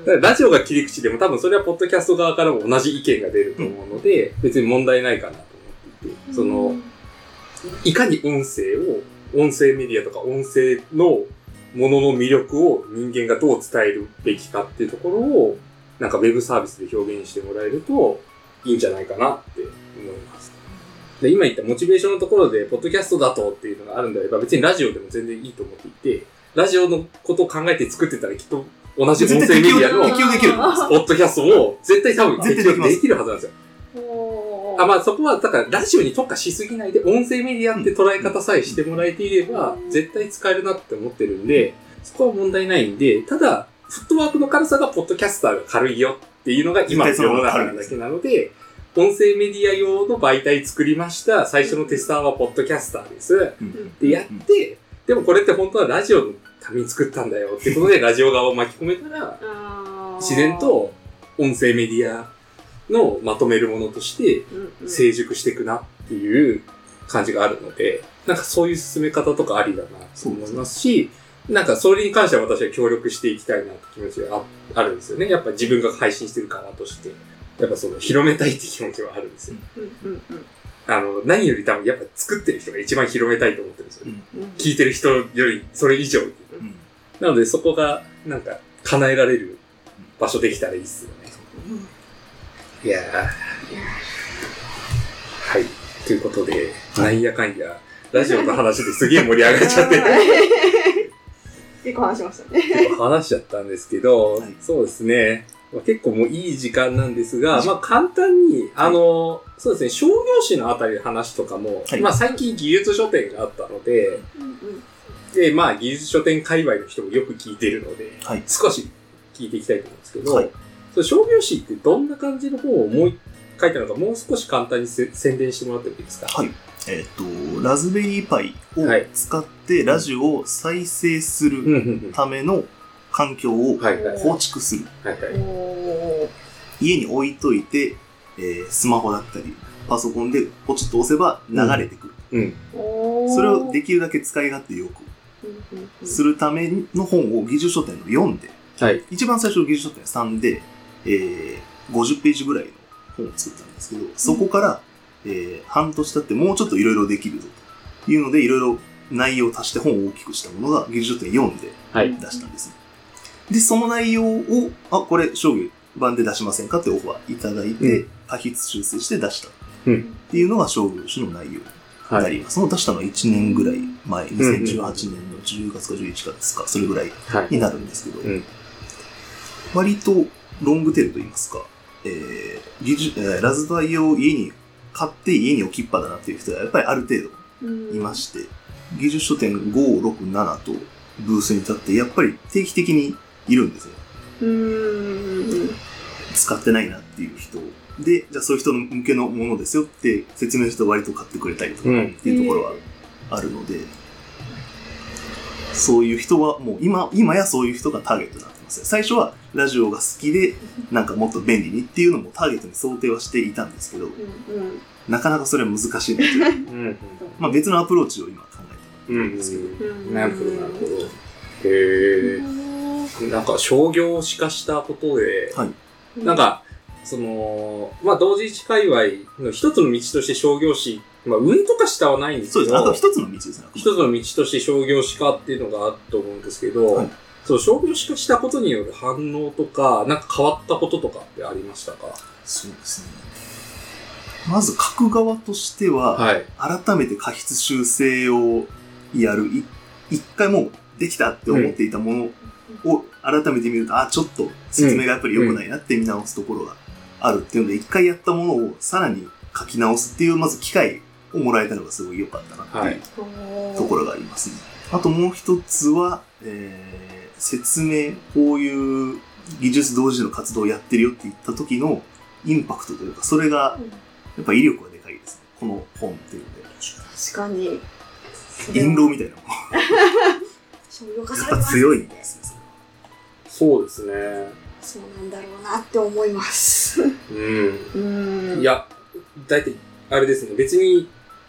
だからラジオが切り口でも多分それはポッドキャスト側からも同じ意見が出ると思うので、うん、別に問題ないかなと思っていて、その、いかに音声を、音声メディアとか音声のものの魅力を人間がどう伝えるべきかっていうところを、なんかウェブサービスで表現してもらえるといいんじゃないかなって思います。で、今言ったモチベーションのところで、ポッドキャストだとっていうのがあるんであれば、別にラジオでも全然いいと思っていて、ラジオのことを考えて作ってたらきっと同じ音声メディアの適用できるポッドキャストも絶対多分適用できるはずなんですよ。あ、まあそこは、だからラジオに特化しすぎないで、音声メディアって捉え方さえしてもらえていれば、絶対使えるなって思ってるんで、そこは問題ないんで、ただ、フットワークの軽さがポッドキャスターが軽いよっていうのが今の世の中なだけなので、音声メディア用の媒体作りました。最初のテスターはポッドキャスターです。で、やって、でもこれって本当はラジオのために作ったんだよっていうことでラジオ側を巻き込めたら、自然と音声メディアのまとめるものとして成熟していくなっていう感じがあるので、なんかそういう進め方とかありだなと思いますし、なんかそれに関しては私は協力していきたいなって気持ちが あ, あるんですよね。やっぱ自分が配信してる側として。やっぱその広めたいって気持ちはあるんですよ。あの、何より多分やっぱ作ってる人が一番広めたいと思ってるんですよね。聞いてる人よりそれ以上に。なのでそこがなんか叶えられる場所できたらいいっすよね。いやー。はい。ということで、なんやかんや、ラジオの話ですげえ盛り上がっちゃって。 結構話しましたね。 結構話しちゃったんですけど、はい、そうですね。結構もういい時間なんですが、まあ簡単に、あの、そうですね、商業誌のあたりの話とかも、はい、まあ最近技術書店があったので、うんうん、で、まあ技術書店界隈の人もよく聞いてるので、はい、少し聞いていきたいと思うんですけど、はい、その商業誌ってどんな感じの本をもう書いたのか、もう少し簡単に宣伝してもらってもいいですか？ はい。えっと、ラズベリーパイを使ってラジオを再生するための環境を構築する。家に置いといて、えー、スマホだったり、パソコンでポチッと押せば流れてくる。うんうん、それをできるだけ使い勝手よくするための本を技術書店のよんで、はい、一番最初の技術書店さんで、えー、ごじゅっページぐらいの本を作ったんですけど、そこから、えー、半年経ってもうちょっといろいろできるぞというので、いろいろ内容を足して本を大きくしたものが技術書店よんで出したんです、はい。で、その内容を、あ、これ、商業版で出しませんかってオファーいただいて、うん、過筆修正して出したっていうのが商業誌の内容になります。はい、その出したのはいちねんぐらい前、にせんじゅうはちねんのじゅうがつかじゅういちがつか、それぐらいになるんですけど、はいうん、割とロングテールと言いますか、えー技術えー、ラズバイを家に買って家に置きっぱだなっていう人がやっぱりある程度いまして、うん、技術書店ご、ろく、ななとブースに立ってやっぱり定期的にいるんですよ。うーん使ってないなっていう人で、じゃあそういう人向けのものですよって説明すると割と買ってくれたりとかっていうところはあるので、うん、そういう人はもう今、今やそういう人がターゲットになってますよ。最初はラジオが好きでなんかもっと便利にっていうのもターゲットに想定はしていたんですけど、うんうん、なかなかそれは難しいので、うん、まあ別のアプローチを今考えてるんですけど、 うんうん、なるほどなるほど。へー。なんか商業誌化したことで、はい、なんかそのまあ同時期界隈の一つの道として商業誌、まあ上とか下はないんですけど、 そうです。あと一つの道ですね。 一つの道として商業誌化っていうのがあると思うんですけど、はい、そう商業誌化したことによる反応とか、なんか変わったこととかってありましたか？ そうですね。まず書く側としては、はい、改めて過筆修正をやる、一回もうできたって思っていたもの、うんを改めて見ると、あ、ちょっと説明がやっぱり良くないなって見直すところがあるっていうので、一回やったものをさらに書き直すっていう、まず機会をもらえたのがすごい良かったなっていうところがありますね。はい、あともう一つは、えー、説明、こういう技術同時の活動をやってるよって言った時のインパクトというか、それがやっぱ威力がでかいですね。この本っていうので。 確かに。 印籠みたいなもの。やっぱ強いんですね。 そうですね。 そうなんだろうなって思います。うん。 うん。いや、だいたいあれですね。別に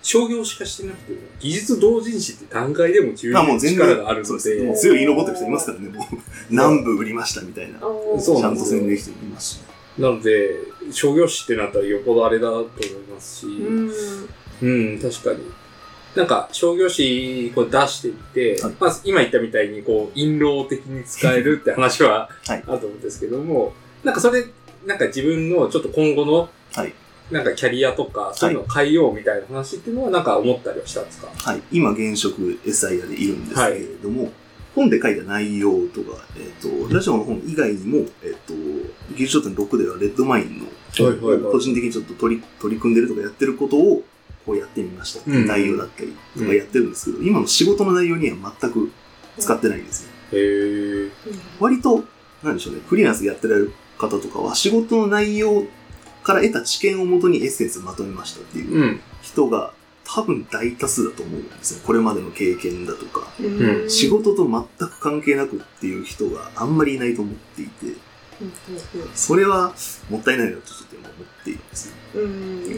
商業化してなくても、技術同人誌って段階でも十分力があるので。 で強い言い残ってる人いますからね、もう。何部売りましたみたいな。そうちゃんと宣伝していますし。 なので、商業誌ってなったらよっぽどあれだと思いますし、うん、うん、確かに。なんか、商業誌こう出してみて、はい、まあ、今言ったみたいに、こう、陰謀的に使えるって話はあると思うんですけども、はい、なんかそれ、なんか自分のちょっと今後の、はい、なんかキャリアとか、そういうのを変えようみたいな話っていうのは、なんか思ったりはしたんですか？ はい。今、現職 エスアイア でいるんですけれども、はい、本で書いた内容とか、えっ、ー、と、ラジオの本以外にも、えっ、ー、と、技術書店ろくではレッドマインの、はいはいはい、個人的にちょっと取り、取り組んでるとかやってることを、こうやってみましたっていう内容だったりとかやってるんですけど、うん、今の仕事の内容には全く使ってないんですよ。へー。割と、なんでしょうね、フリーランスでやってられる方とかは、仕事の内容から得た知見をもとにエッセンスまとめましたっていう人が、多分大多数だと思うんですよ。これまでの経験だとか、うん、仕事と全く関係なくっていう人があんまりいないと思っていて、それはもったいないなとちょっと思っているんですね。うん、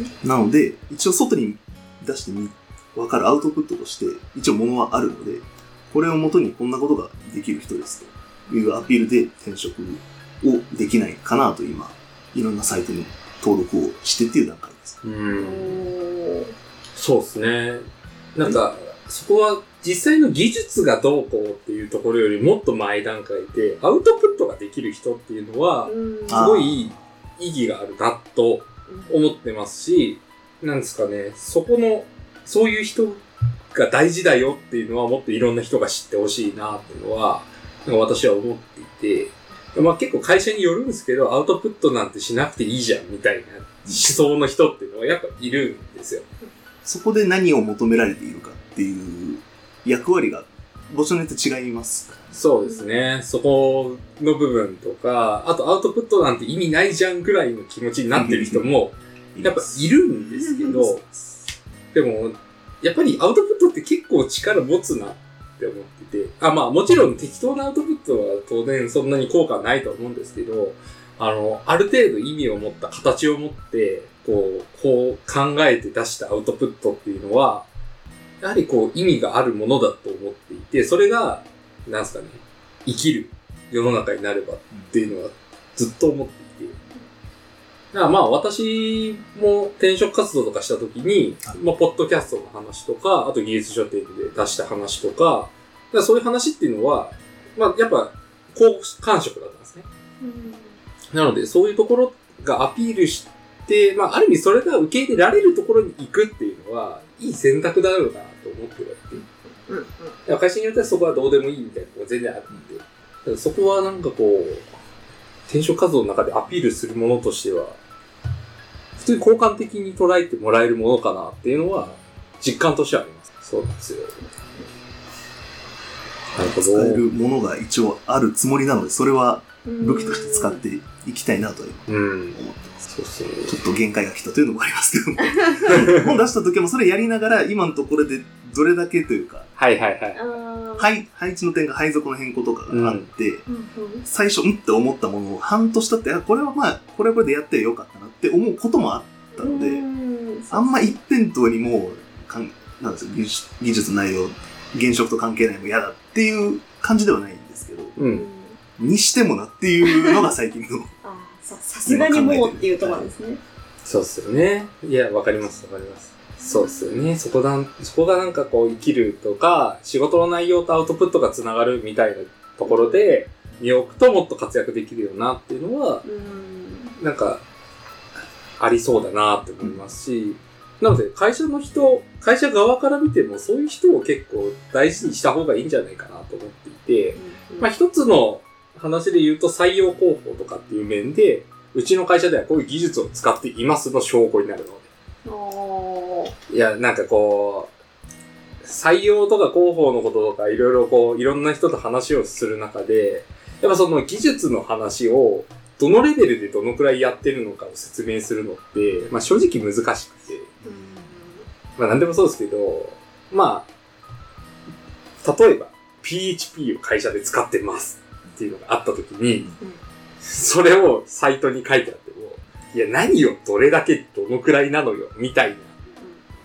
なので、一応外に出してみ、わかるアウトプットとして、一応物はあるので、これをもとにこんなことができる人ですというアピールで転職をできないかなと今、いろんなサイトに登録をしてっていう段階です。うんそうですね。なんか、そこは実際の技術がどうこうっていうところよりもっと前段階で、アウトプットができる人っていうのは、すごい意義があるなと思ってますし、なんですかね、そこの、そういう人が大事だよっていうのはもっといろんな人が知ってほしいなっていうのは、なんか私は思っていて、まあ結構会社によるんですけど、アウトプットなんてしなくていいじゃんみたいな思想の人っていうのはやっぱいるんですよ。 そこで何を求められているかっていう役割が場所によって違います。 そうですね。そこの部分とか、あとアウトプットなんて意味ないじゃんぐらいの気持ちになってる人もやっぱいるんですけど、でもやっぱりアウトプットって結構力持つなって思ってて、あ、まあもちろん適当なアウトプットは当然そんなに効果はないと思うんですけど、あの、ある程度意味を持った形を持って、こう、こう考えて出したアウトプットっていうのは、やはりこう意味があるものだと思っていて、それが、なんすかね、生きる世の中になればっていうのはずっと思っていて。だからまあ私も転職活動とかしたときに、まあポッドキャストの話とか、あと技術書店で出した話とか、だからそういう話っていうのは、まあやっぱ好感触だったんですね。うん、なのでそういうところがアピールして、まあある意味それが受け入れられるところに行くっていうのは、いい選択だろうなと思ってはいて。うんうん、会社によってはそこはどうでもいいみたいなのが全然あるんで、だからそこはなんかこう、転職活動の中でアピールするものとしては、普通に好感的に捉えてもらえるものかなっていうのは、実感としてはあります。そうなんですよ。 なるほど。使えるものが一応あるつもりなので、それは武器として使っていきたいなとは今思ってます。そうそう。ちょっと限界が来たというのもありますけども。本出した時もそれやりながら、今のところでどれだけというか、 はいはいはい。 配、配置の点が配属の変更とかがあって、うん、最初、うんって思ったものを半年経って、あ、これはまあ、これはこれでやってよかったなって思うこともあったので、あんま一辺倒にもう、かんなんですよ、技術、技術内容、現職と関係ないも嫌だっていう感じではないんですけど、うん、にしてもなっていうのが最近の。 あさすがにもうっていうところですね。 そうっすよね。いや、わかりますわかります。そうっすよね。そこだ、そこがなんかこう生きるとか、仕事の内容とアウトプットがつながるみたいなところで、身を置くともっと活躍できるよなっていうのは、うんなんか、ありそうだなって思いますし、なので会社の人、会社側から見てもそういう人を結構大事にした方がいいんじゃないかなと思っていて、うん、まあ一つの話で言うと採用広報とかっていう面で、うちの会社ではこういう技術を使っていますの証拠になるので。いや、なんかこう、採用とか広報のこととかいろいろこう、いろんな人と話をする中で、やっぱその技術の話をどのレベルでどのくらいやってるのかを説明するのって、まあ正直難しくて、まあ何でもそうですけど、まあ、例えば ピーエイチピー を会社で使ってますっていうのがあったときに、それをサイトに書いてあっても、いや何よ、どれだけどのくらいなのよ、みたいな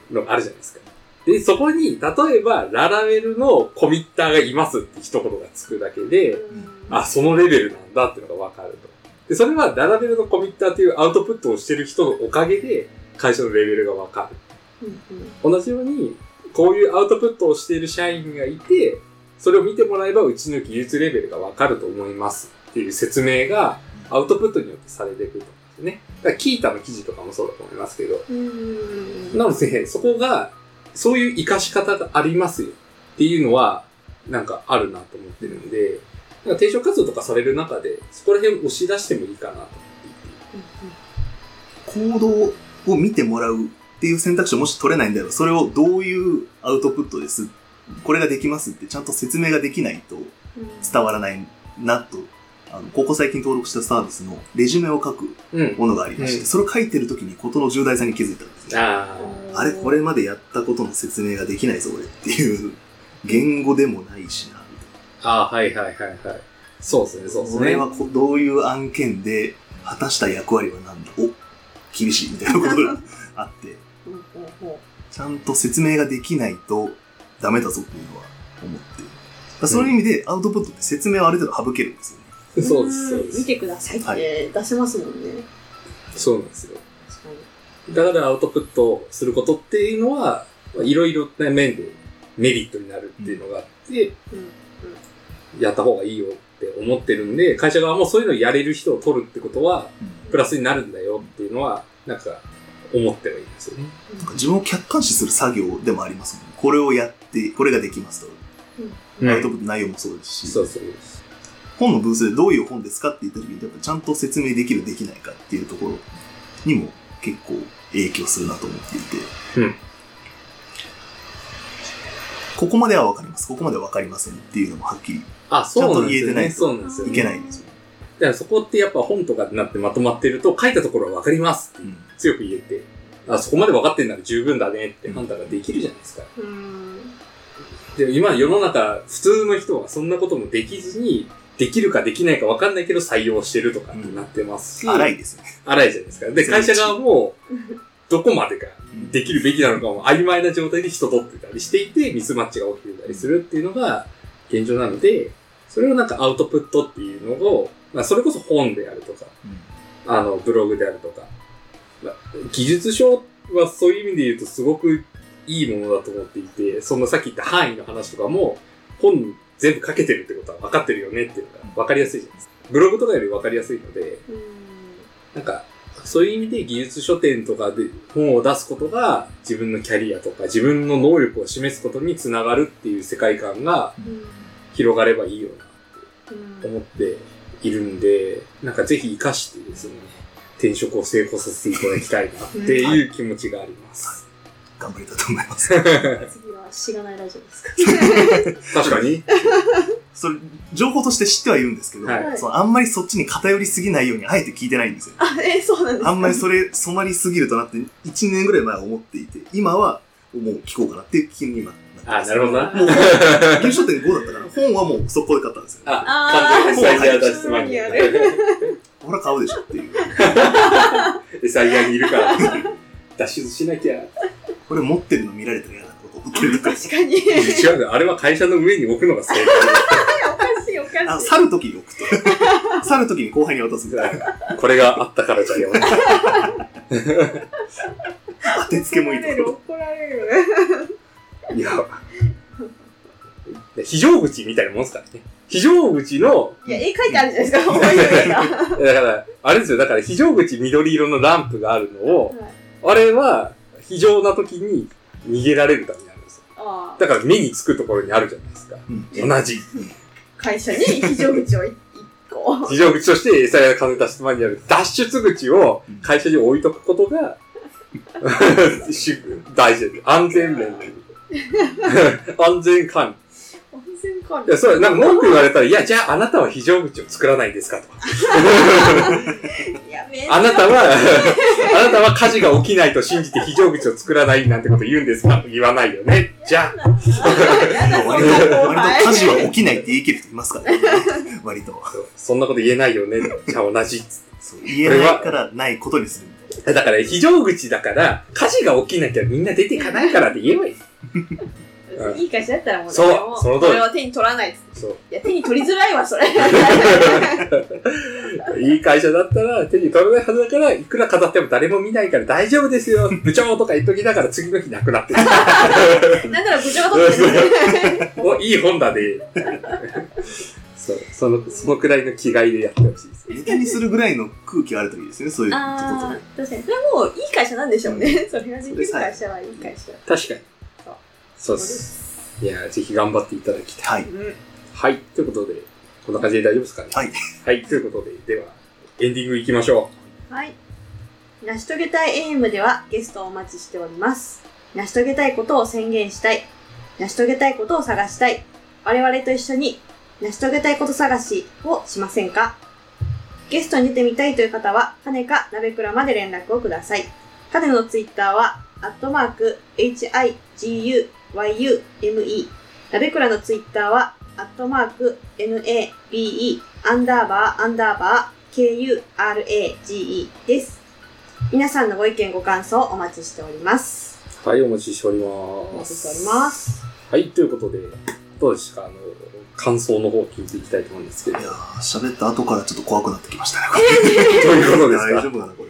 のがあるじゃないですか。で、そこに、例えば、ララベルのコミッターがいますって一言がつくだけで、あ、そのレベルなんだっていうのがわかると。で、それはララベルのコミッターというアウトプットをしてる人のおかげで、会社のレベルがわかる。うんうん、同じように、こういうアウトプットをしている社員がいて、それを見てもらえばうちの技術レベルがわかると思いますっていう説明がアウトプットによってされてくると思うんですね。だからキータの記事とかもそうだと思いますけど。うんなので、そこが、そういう活かし方がありますよっていうのは、なんかあるなと思ってるんで、なんか提唱活動とかされる中で、そこら辺を押し出してもいいかなと思っていて。 行動を見てもらうっていう選択肢をもし取れないんだろう、それをどういうアウトプットです。これができますってちゃんと説明ができないと伝わらないなと、あの、ここ最近登録したサービスのレジュメを書くものがありまして、うんうん、それを書いてる時に事の重大さに気づいたんですね。あ, あれ、これまでやったことの説明ができないぞ、俺っていう、言語でもないしな、みたいな。 ああ、はいはいはいはい。そうですね、そうですね。 これはどういう案件で果たした役割は何だ、お、厳しいみたいなことがあって、ちゃんと説明ができないとダメだぞっていうのは思って、そういう意味でアウトプットって説明はある程度省けるんですよね。 そうです、そうです。 見てくださいって出せますもんね。はい、 そうなんですよ。だからアウトプットすることっていうのは、いろいろな面でメリットになるっていうのがあって、うんうん、やった方がいいよって思ってるんで、会社側もそういうのをやれる人を取るってことは、プラスになるんだよっていうのは、なんか、思ってはいいんですよね。 なんか自分を客観視する作業でもありますもんね。これをやって、これができますと。うん、アウトプット内容もそうですし。 そうそうです。 本のブースでどういう本ですかって言った時に、やっぱちゃんと説明できるできないかっていうところにも結構影響するなと思っていて。うん。ここまではわかります。ここまではわかりませんっていうのもはっきり。 あ、そうなんですよね。そうなんですよね。 いけないんですよ。 だからそこってやっぱ本とかになってまとまってると、書いたところはわかりますって強く言えて、うん、あ、そこまでわかってんなら十分だねって判断ができるじゃないですか。うん、でも今世の中、普通の人はそんなこともできずに、できるかできないかわかんないけど採用してるとかってなってますし。 うん、荒いですね。 荒いじゃないですか。で、会社側も、どこまでかできるべきなのかも曖昧な状態で人取ってたりしていて、ミスマッチが起きてたりするっていうのが現状なので、それをなんかアウトプットっていうのを、まあ、それこそ本であるとか、うん、あの、ブログであるとか、まあ、技術書はそういう意味で言うとすごくいいものだと思っていて、そのさっき言った範囲の話とかも、本に全部書けてるってことは分かってるよねっていうのが分かりやすいじゃないですか。ブログとかより分かりやすいので、うんなんか、そういう意味で技術書店とかで本を出すことが自分のキャリアとか自分の能力を示すことにつながるっていう世界観が広がればいいよなって思っているんで、なんかぜひ活かしてですね、転職を成功させていただきたいなっていう気持ちがあります。 頑張りたいと思います。 次はしがないラジオですか。 確かに。 それ、情報として知ってはいるんですけど、はい、そのあんまりそっちに偏りすぎないようにあえて聞いてないんですよ。 あ、えー、そうなんですか。 あんまりそれ染まりすぎるとなっていちねんぐらい前は思っていて、今はもう聞こうかなっていう気に今なってます。 あ、なるほどな。 もう、技術書店ごだったから、本はもう速攻で買ったんですよ。 あ、完全にエスアイア脱出マニア。 ほら買うでしょっていう。 エスアイアにいるから脱出しなきゃ。 これ持ってるの見られたら嫌なこと思ってるから。 確かに。 違うよ。あれは会社の上に置くのが正解。 おかしいおかしい。 あ、去るときに置くと。去るときに後輩に渡すみたいな。 これがあったからじゃよ。 当てつけもいいと。 怒られる。 いや。非常口みたいなもんですからね。非常口の。 いや、絵描いてあるじゃないですか、面白いな。 だから、あれですよ。だから非常口緑色のランプがあるのを、はい、あれは非常な時に逃げられるためにあるんですよ。あだから目につくところにあるじゃないですか。うん、同じ。 会社に非常口を一個。 非常口としてエサや金出す前にある脱出口を会社に置いとくことが、大事です。安全面。安全管理。 安全管理。 いや、そう、なんか文句言われたら、いや、じゃああなたは非常口を作らないですかと。 やめあなたは、あなたは火事が起きないと信じて非常口を作らないなんてこと言うんですかと言わないよね。じゃあ。 割と、割と火事は起きないって言い切る人いますからね。割と。 そんなこと言えないよね。じゃあ同じ。 そう言えないからないことにするみたいな。 だから非常口だから火事が起きなきゃみんな出ていかないからって言えばいい。 うん、いい会社だったらもうそうその通り。 それは手に取らないっつって。 そう。 いや手に取りづらいわそれ。 いい会社だったら手に取らないはずだからいくら飾っても誰も見ないから大丈夫ですよ部長とか言っときながら次の日なくなってる。 なんなら部長が取ってる。 おいい本だね。そうそのそのくらいの気概でやってほしいです。 ネタにするぐらいの空気あるといいですね、そういうことああ、確かに。それはもういい会社なんでしょうね。うん、それができる会社はいい会社。 確かに。そうそうです。いや、ぜひ頑張っていただきたい。はい。うん、はい。ということで、こんな感じで大丈夫ですかね。 はい。 はい。ということで、では、エンディングいきましょう。はい。成し遂げたい エーエム ではゲストをお待ちしております。成し遂げたいことを宣言したい。成し遂げたいことを探したい。我々と一緒に成し遂げたいこと探しをしませんか？ゲストに出てみたいという方は、かねかなべくらまで連絡をください。かねのツイッターは、アットマーク、エイチアイジーユーワイユーエムイー。なべくらのツイッターは、アットマーク、エヌエービーイー、アンダーバー、アンダーバー、ケーユーアールエージーイー です。皆さんのご意見ご感想お待ちしております。 はい、お待ちしております。 お待ちしております。 はい、ということで、どうですか？あの、感想の方を聞いていきたいと思うんですけど。 いやー、喋った後からちょっと怖くなってきましたね。 どういうことですか？ 大丈夫かな、これ。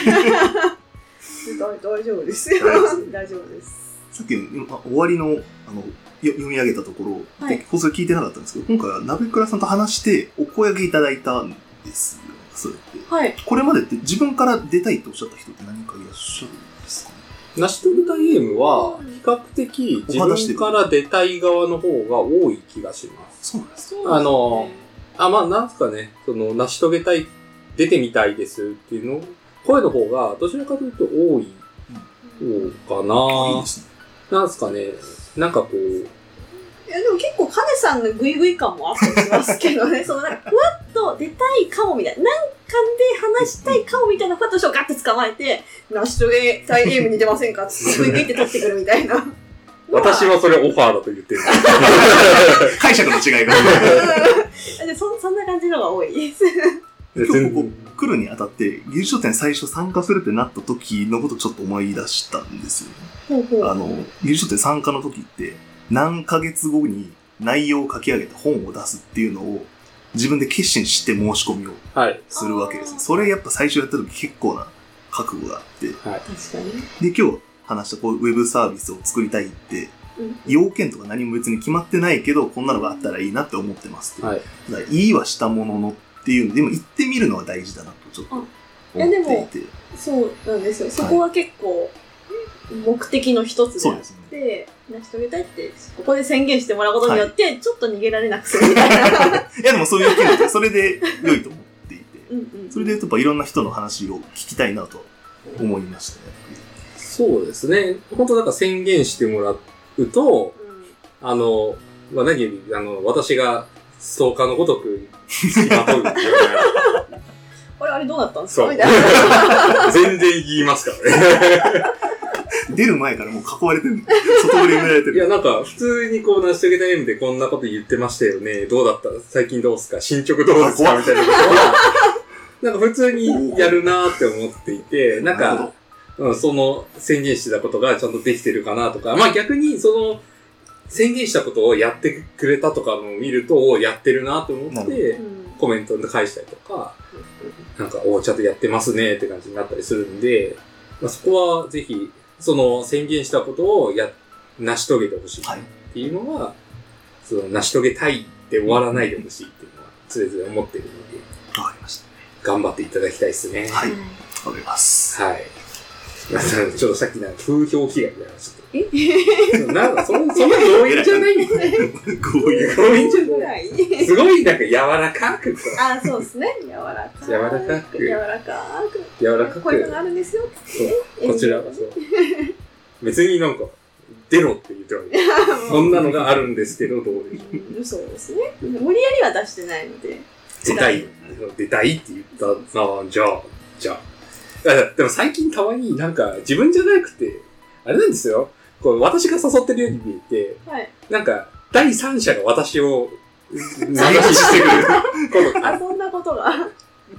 大丈夫ですよ。大丈夫です。 さっきの終わりの、あの、読み上げたところ、はい、放送聞いてなかったんですけど、今回はなべくらさんと話してお声掛けいただいたんですよ。それって。 はい。 これまでって自分から出たいっておっしゃった人って何かいらっしゃるんですかね？ 成し遂げたいゲームは、比較的自分から出たい側の方が多い気がします。 そうなんですか？あの、あ、まあ、なんすかね、その、成し遂げたい、出てみたいですっていうの、声の方が、どちらかというと多い方かな。 いいですね。 なんすかね、なんかこう、 いやでも結構カネさんのグイグイ感もあったりしますけどね、そのなんかふわっと出たいかもみたいな、なんかで話したいかもみたいなふわっと人をガッて捕まえて、成し遂げたいゲームに出ませんかってグイグイって取ってくるみたいな。 私はそれオファーだと言ってる。 解釈の違いが。 でそ、そんな感じのが多いです。 今日ここ来るにあたって、技術書店最初参加するってなった時のことをちょっと思い出したんですよね。 ほうほう。 あの、技術書店参加の時って、何ヶ月後に内容を書き上げて本を出すっていうのを自分で決心して申し込みをするわけです。はい、それやっぱ最初やった時結構な覚悟があって。 はい、確かに。で、今日話したこうウェブサービスを作りたいって、うん、要件とか何も別に決まってないけど、こんなのがあったらいいなって思ってますって。はい、だから言いはしたもののっていうのでも行ってみるのは大事だなとちょっと思っていて。いやでもそうなんですよ。そこは結構目的の一つであって、 そうですね、 成し遂げたいってここで宣言してもらうことによって、はい、ちょっと逃げられなくするみたいな。いやでもそういう気持ちそれで良いと思っていて、うんうん、それで言うとやっぱいろんな人の話を聞きたいなと思いましたね。 そうですね。本当なんか宣言してもらうと、うん、あの、まあ、何よりあの私がストーカーのごとく付きまとうっていうあれあれどうなったんですかみたいな。 全然言いますからね。 出る前からもう囲われてる。外堀埋められてる。 いや、なんか、普通にこう、成し遂げたゲームでこんなこと言ってましたよね。どうだった最近どうすか進捗どうですかみたいなことは、なんか普通にやるなーって思っていて、なんか、うん、その宣言してたことがちゃんとできてるかなとか、まあ逆にその、宣言したことをやってくれたとかのを見ると、おやってるなと思って、コメントで返したりとか、なんか、おちゃんとやってますねって感じになったりするんで、まあ、そこはぜひ、その宣言したことをや、成し遂げてほしいっていうのは、はい、その成し遂げたいって終わらないでほしいっていうのは常々思ってるので、 わかりました。 頑張っていただきたいですね。 はい。わかります。 はい。ちょっとさっきの風評被害みたいなちょっと。えなんか、そんな強引じゃないよね。 強引。 強引じゃない。すごいなんか柔らかく。 あ、そうですね。柔らかく。 柔らかく。 柔らかく。 柔らかく。 こういうのがあるんですよ。 そう。こちらはそう。別になんか、出ろって言ってるわけ。そんなのがあるんですけど、どうでしょう。 そうですね。無理やりは出してないので。 出たい。出たいって言ったな、じゃあ、じゃあ。でも最近たまになんか自分じゃなくて、あれなんですよ。こう私が誘ってるように見えて、はい、なんか第三者が私を流ししてくる。 あ、そんなことが。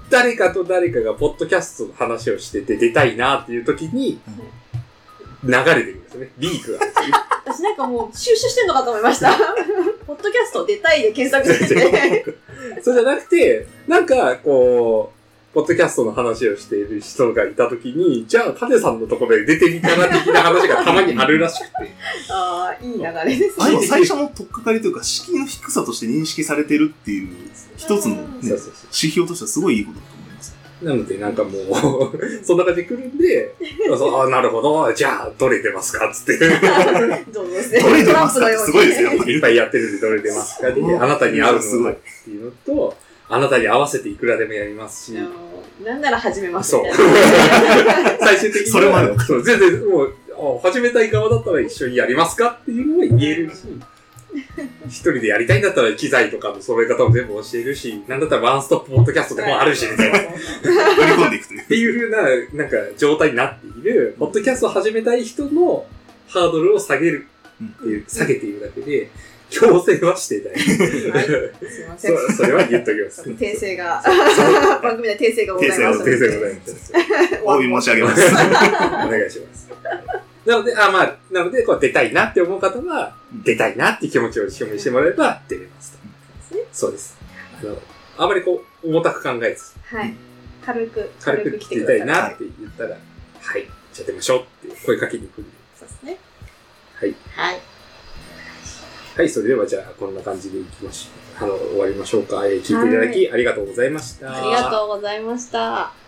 誰かと誰かがポッドキャストの話をしてて出たいなっていう時に、流れてるんですよね。リークが。 私なんかもう収集してんのかと思いました。ポッドキャスト出たいで検索してて。 そうじゃなくて、なんか、こう、ポッドキャストの話をしている人がいたときに、じゃあ、カネさんのところで出てみたら的な話がたまにあるらしくて。 ああ、いい流れですね。 あの最初の取っかかりというか、敷居の低さとして認識されてるっていう、一つの、ね、指標としてはすごいいいことだと思います。 なので、なんかもう、そんな感じで来るんで、ああ、なるほど、じゃあ、どれ出ますかつって。 どうですね。 どれ出ますかってすごいですよ。 いっぱいやってるんで、どれ出ますかで、あなたに合うのがっていうのと、あなたに合わせていくらでもやりますし。 なんなら始めますそう。最終的に。 それまでそう全然もう、始めたい側だったら一緒にやりますかっていうのは言えるし、一人でやりたいんだったら機材とかの揃え方も全部教えるし、なんだったらワンストップポッドキャストでもあるし、みたいな。 取り込んでいくという。 っていう風な、なんか状態になっている、ポッドキャストを始めたい人のハードルを下げるっていう、下げているだけで、強制はしてない。はい、すいません。そ, それは言っときます。 訂正が、番組で訂正がございます。 訂正がございます。 お詫び申し上げます。 お願いします。なので、あ、まあ、なので、こう出たいなって思う方は、出たいなっていう気持ちを表明してもらえば出れますと。そうです。あの、あまりこう、重たく考えず。 はい。軽く、 軽く来てください。出たいなって言ったら、はい、じゃあ出ましょうって声かけに来る。 そうですね。 はい。 はい。 はい、それではじゃあこんな感じでいきましょう。あの、終わりましょうか。えー、聞いていただきありがとうございました。 ありがとうございました。